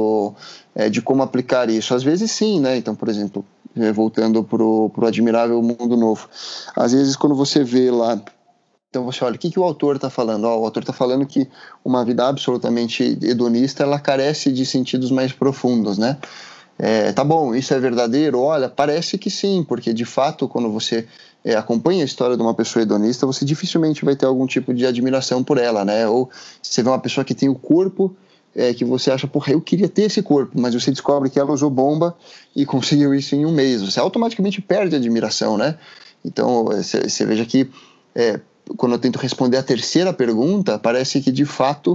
de como aplicar isso. Às vezes sim, né? Então, por exemplo, voltando para o Admirável Mundo Novo, às vezes quando você vê lá, então você olha, o que o autor está falando? O autor está falando que uma vida absolutamente hedonista, ela carece de sentidos mais profundos, né? Tá bom, isso é verdadeiro? Olha, parece que sim, porque de fato, quando você acompanha a história de uma pessoa hedonista, você dificilmente vai ter algum tipo de admiração por ela, né? Ou você vê uma pessoa que tem o corpo que você acha, porra, eu queria ter esse corpo, mas você descobre que ela usou bomba e conseguiu isso em um mês. Você automaticamente perde a admiração, né? Então, você veja que quando eu tento responder a terceira pergunta, parece que de fato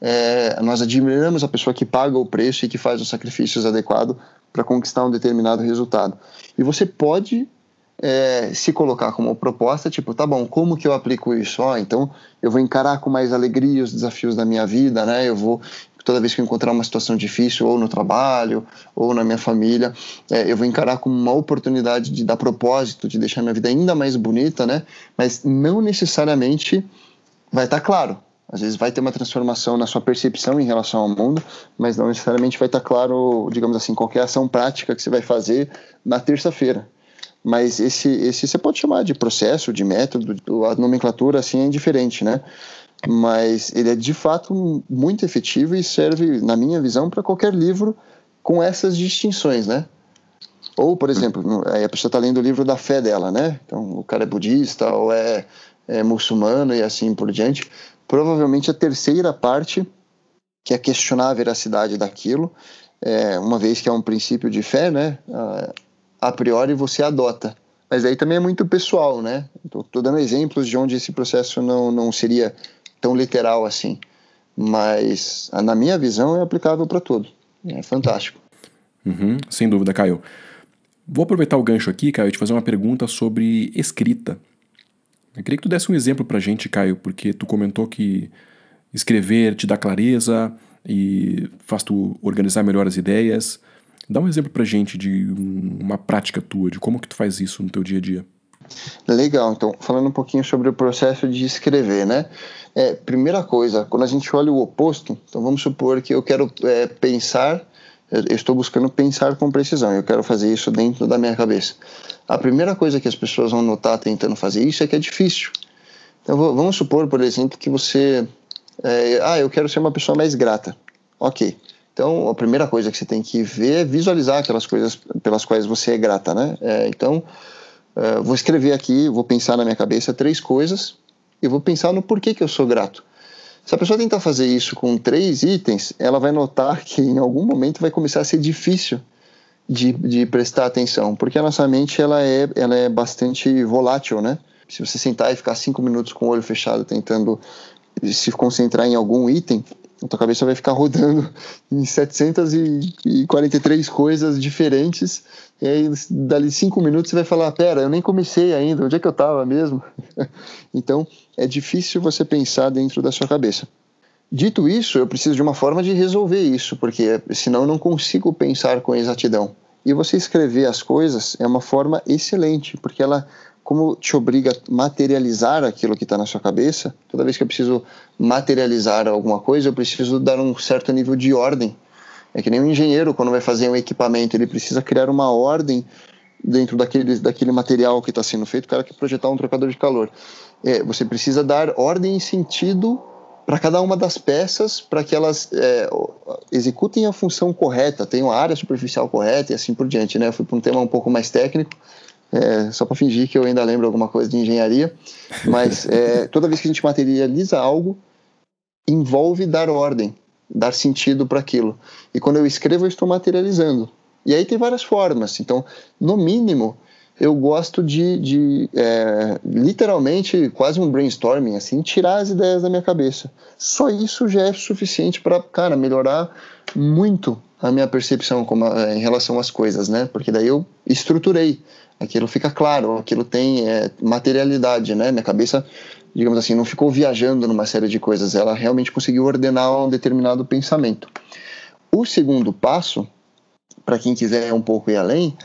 nós admiramos a pessoa que paga o preço e que faz os sacrifícios adequados para conquistar um determinado resultado. E você pode se colocar como proposta, tipo, tá bom, como que eu aplico isso? Então eu vou encarar com mais alegria os desafios da minha vida, né? Eu vou, toda vez que eu encontrar uma situação difícil, ou no trabalho, ou na minha família, eu vou encarar como uma oportunidade de dar propósito, de deixar minha vida ainda mais bonita, né? Mas não necessariamente vai estar claro. Às vezes vai ter uma transformação na sua percepção em relação ao mundo, mas não necessariamente vai estar claro, digamos assim, qualquer ação prática que você vai fazer na terça-feira. Mas esse você pode chamar de processo, de método, a nomenclatura assim é indiferente, né? Mas ele é de fato muito efetivo e serve, na minha visão, para qualquer livro com essas distinções, né? Ou, por exemplo, a pessoa está lendo o livro da fé dela, né? Então, o cara é budista ou é muçulmano e assim por diante. Provavelmente a terceira parte, que é questionar a veracidade daquilo, uma vez que é um princípio de fé, né? A priori você adota. Mas aí também é muito pessoal, né? Estou dando exemplos de onde esse processo não seria tão literal assim. Mas, na minha visão, é aplicável para tudo. É fantástico. Sem dúvida, Caio. Vou aproveitar o gancho aqui, Caio, e te fazer uma pergunta sobre escrita. Eu queria que tu desse um exemplo pra gente, Caio, porque tu comentou que escrever te dá clareza e faz tu organizar melhor as ideias. Dá um exemplo pra gente de uma prática tua, de como que tu faz isso no teu dia a dia. Legal, então, falando um pouquinho sobre o processo de escrever, né? Primeira coisa, quando a gente olha o oposto, então vamos supor que eu quero pensar, eu estou buscando pensar com precisão, eu quero fazer isso dentro da minha cabeça. A primeira coisa que as pessoas vão notar tentando fazer isso é que é difícil. Então, vamos supor, por exemplo, que você... eu quero ser uma pessoa mais grata. Ok. Então, a primeira coisa que você tem que ver é visualizar aquelas coisas pelas quais você é grata, né? Então, vou escrever aqui, vou pensar na minha cabeça 3 coisas e vou pensar no porquê que eu sou grato. Se a pessoa tentar fazer isso com 3 itens, ela vai notar que em algum momento vai começar a ser difícil de prestar atenção, porque a nossa mente ela é bastante volátil, né? Se você sentar e ficar 5 minutos com o olho fechado tentando se concentrar em algum item, a tua cabeça vai ficar rodando em 743 coisas diferentes, e aí dali 5 minutos você vai falar, pera, eu nem comecei ainda, onde é que eu estava mesmo? Então, é difícil você pensar dentro da sua cabeça. Dito isso, eu preciso de uma forma de resolver isso, porque senão eu não consigo pensar com exatidão. E você escrever as coisas é uma forma excelente, porque ela, como te obriga a materializar aquilo que está na sua cabeça, toda vez que eu preciso materializar alguma coisa, eu preciso dar um certo nível de ordem. É que nem um engenheiro, quando vai fazer um equipamento, ele precisa criar uma ordem dentro daquele material que está sendo feito. O cara quer projetar um trocador de calor. Você precisa dar ordem e sentido para cada uma das peças, para que elas executem a função correta, tenham a área superficial correta e assim por diante, né? Eu fui para um tema um pouco mais técnico, só para fingir que eu ainda lembro alguma coisa de engenharia, mas toda vez que a gente materializa algo, envolve dar ordem, dar sentido para aquilo. E quando eu escrevo, eu estou materializando. E aí tem várias formas. Então, no mínimo, eu gosto de literalmente, quase um brainstorming, assim, tirar as ideias da minha cabeça. Só isso já é suficiente para, cara, melhorar muito a minha percepção em relação às coisas, né? Porque daí eu estruturei. Aquilo fica claro, aquilo tem materialidade, né? Minha cabeça, digamos assim, não ficou viajando numa série de coisas. Ela realmente conseguiu ordenar um determinado pensamento. O segundo passo, para quem quiser um pouco ir além,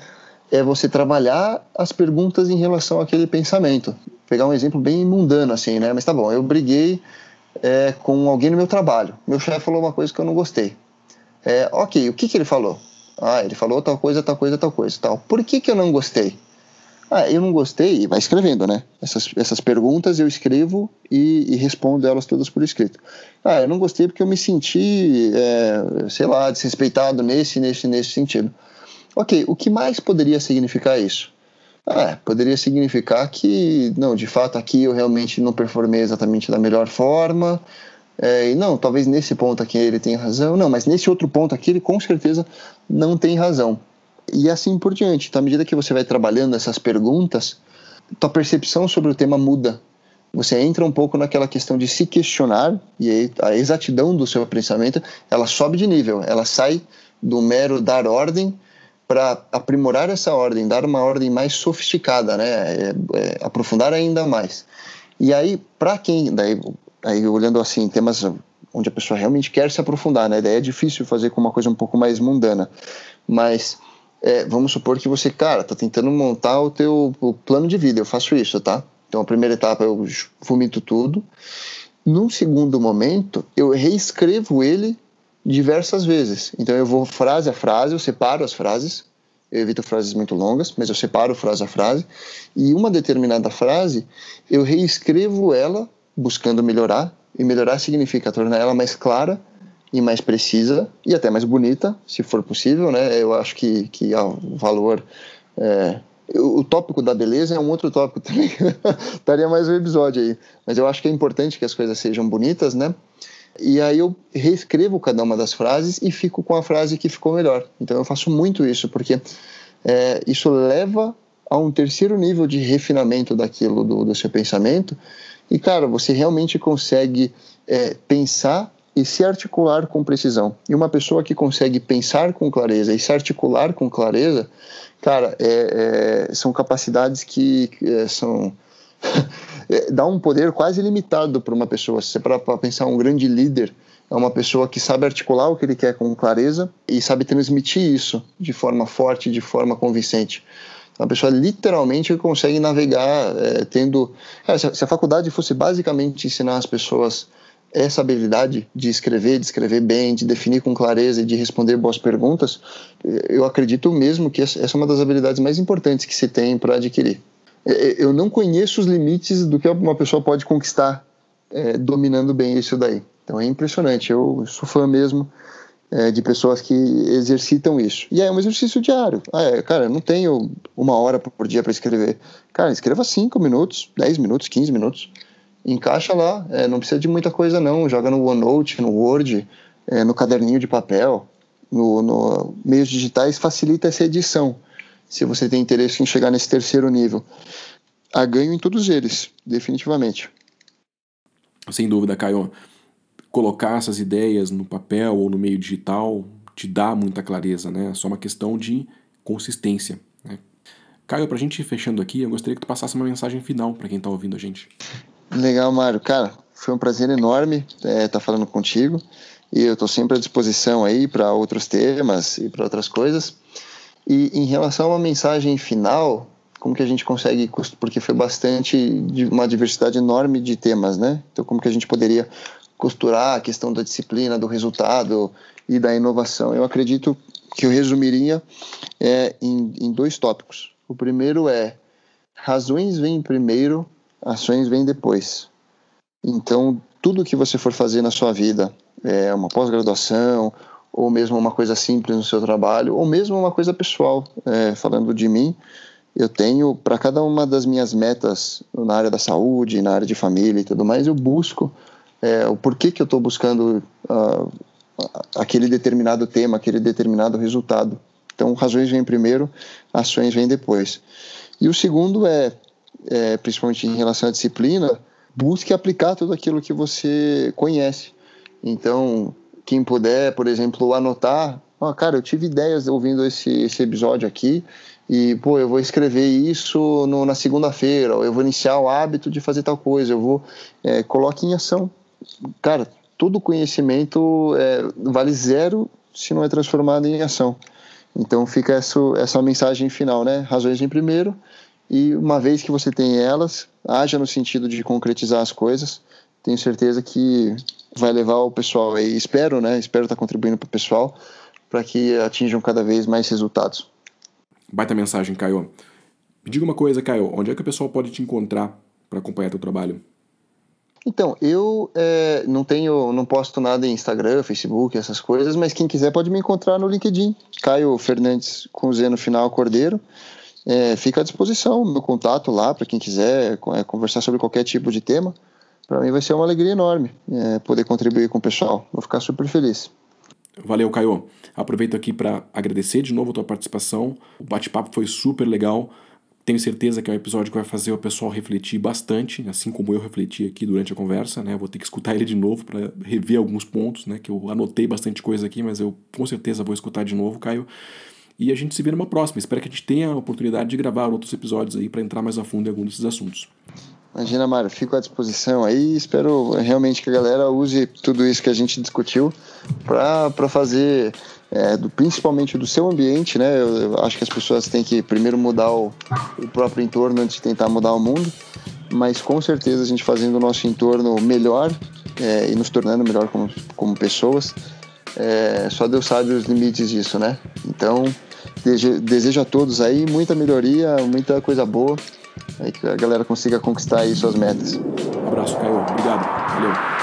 é você trabalhar as perguntas em relação àquele pensamento. Vou pegar um exemplo bem mundano assim, né? Mas tá bom, eu briguei com alguém no meu trabalho. Meu chefe falou uma coisa que eu não gostei. Ok, o que ele falou? Ele falou tal coisa, tal coisa, tal coisa, tal. Por que eu não gostei? Eu não gostei, e vai escrevendo, né? Essas perguntas eu escrevo e respondo elas todas por escrito. Eu não gostei porque eu me senti, sei lá, desrespeitado nesse sentido. Ok, o que mais poderia significar isso? Poderia significar que, não, de fato aqui eu realmente não performei exatamente da melhor forma, e não, talvez nesse ponto aqui ele tenha razão, não, mas nesse outro ponto aqui ele com certeza não tem razão. E assim por diante. Então, à medida que você vai trabalhando essas perguntas, tua percepção sobre o tema muda. Você entra um pouco naquela questão de se questionar, e aí a exatidão do seu pensamento, ela sobe de nível, ela sai do mero dar ordem para aprimorar essa ordem, dar uma ordem mais sofisticada, né? Aprofundar ainda mais. E aí, para quem, aí olhando assim, temas onde a pessoa realmente quer se aprofundar, né? Daí é difícil fazer com uma coisa um pouco mais mundana, mas vamos supor que você, cara, tá tentando montar o plano de vida, eu faço isso, tá? Então a primeira etapa eu vomito tudo. Num segundo momento, eu reescrevo ele diversas vezes. Então eu vou frase a frase, eu separo as frases, eu evito frases muito longas, mas eu separo frase a frase, e uma determinada frase, eu reescrevo ela buscando melhorar, e melhorar significa tornar ela mais clara e mais precisa, e até mais bonita, se for possível, né? Eu acho que o valor... o tópico da beleza é um outro tópico também, estaria mais um episódio aí, mas eu acho que é importante que as coisas sejam bonitas, né? E aí eu reescrevo cada uma das frases e fico com a frase que ficou melhor. Então eu faço muito isso, porque isso leva a um terceiro nível de refinamento daquilo do seu pensamento, e cara, você realmente consegue pensar e se articular com precisão. E uma pessoa que consegue pensar com clareza e se articular com clareza, cara, são capacidades que são... dá um poder quase ilimitado para uma pessoa. Se você parar para pensar, um grande líder é uma pessoa que sabe articular o que ele quer com clareza e sabe transmitir isso de forma forte, de forma convincente. Uma pessoa literalmente consegue navegar tendo... se a faculdade fosse basicamente ensinar as pessoas essa habilidade de escrever bem, de definir com clareza e de responder boas perguntas, eu acredito mesmo que essa é uma das habilidades mais importantes que se tem para adquirir. Eu não conheço os limites do que uma pessoa pode conquistar dominando bem isso daí. Então é impressionante, eu sou fã mesmo de pessoas que exercitam isso. E é um exercício diário. Cara, eu não tenho 1 hora por dia para escrever. Cara, escreva 5 minutos, 10 minutos, 15 minutos. Encaixa lá, não precisa de muita coisa não, joga no OneNote, no Word, no caderninho de papel, no meios digitais, facilita essa edição, se você tem interesse em chegar nesse terceiro nível. Há ganho em todos eles, definitivamente. Sem dúvida, Caio. Colocar essas ideias no papel ou no meio digital te dá muita clareza, né? É só uma questão de consistência, né? Caio, pra gente ir fechando aqui, eu gostaria que tu passasse uma mensagem final para quem tá ouvindo a gente. Legal, Mário. Cara, foi um prazer enorme estar falando contigo, e eu estou sempre à disposição aí para outros temas e para outras coisas. E em relação a uma mensagem final, como que a gente consegue, porque foi uma diversidade enorme de temas, né? Então como que a gente poderia costurar a questão da disciplina, do resultado e da inovação? Eu acredito que eu resumiria em 2 tópicos. O primeiro razões vêm primeiro, ações vêm depois. Então, tudo que você for fazer na sua vida, uma pós-graduação, ou mesmo uma coisa simples no seu trabalho, ou mesmo uma coisa pessoal, falando de mim, eu tenho, para cada uma das minhas metas na área da saúde, na área de família e tudo mais, eu busco o porquê que eu estou buscando aquele determinado tema, aquele determinado resultado. Então, razões vêm primeiro, ações vêm depois. E o segundo principalmente em relação à disciplina, busque aplicar tudo aquilo que você conhece. Então, quem puder, por exemplo, anotar, cara, eu tive ideias ouvindo esse episódio aqui, e, eu vou escrever isso na segunda-feira, ou eu vou iniciar o hábito de fazer tal coisa, coloque em ação. Cara, todo conhecimento vale 0 se não é transformado em ação. Então fica essa mensagem final, né? Razões em primeiro, e uma vez que você tem elas, haja no sentido de concretizar as coisas. Tenho certeza que vai levar o pessoal aí, espero estar contribuindo para o pessoal, para que atinjam cada vez mais resultados. Baita mensagem, Caio. Me diga uma coisa, Caio, onde é que o pessoal pode te encontrar para acompanhar teu trabalho? Então, eu não posto nada em Instagram, Facebook, essas coisas, mas quem quiser pode me encontrar no LinkedIn, Caio Fernandes com Z no final, Cordeiro. Fica à disposição, meu contato lá, para quem quiser conversar sobre qualquer tipo de tema. Para mim vai ser uma alegria enorme poder contribuir com o pessoal. Vou ficar super feliz. Valeu, Caio. Aproveito aqui para agradecer de novo a tua participação. O bate-papo foi super legal. Tenho certeza que é um episódio que vai fazer o pessoal refletir bastante, assim como eu refleti aqui durante a conversa, né? Vou ter que escutar ele de novo para rever alguns pontos, né? Que eu anotei bastante coisa aqui, mas eu com certeza vou escutar de novo, Caio. E a gente se vê numa próxima. Espero que a gente tenha a oportunidade de gravar outros episódios aí para entrar mais a fundo em algum desses assuntos. Imagina, Mário, fico à disposição aí. Espero realmente que a galera use tudo isso que a gente discutiu para fazer, principalmente do seu ambiente, né? Eu acho que as pessoas têm que primeiro mudar o próprio entorno antes de tentar mudar o mundo, mas com certeza a gente fazendo o nosso entorno melhor e nos tornando melhor como pessoas, só Deus sabe os limites disso, né? Então, desejo a todos aí muita melhoria, muita coisa boa, aí que a galera consiga conquistar aí suas metas. Um abraço, Caio. Obrigado. Valeu.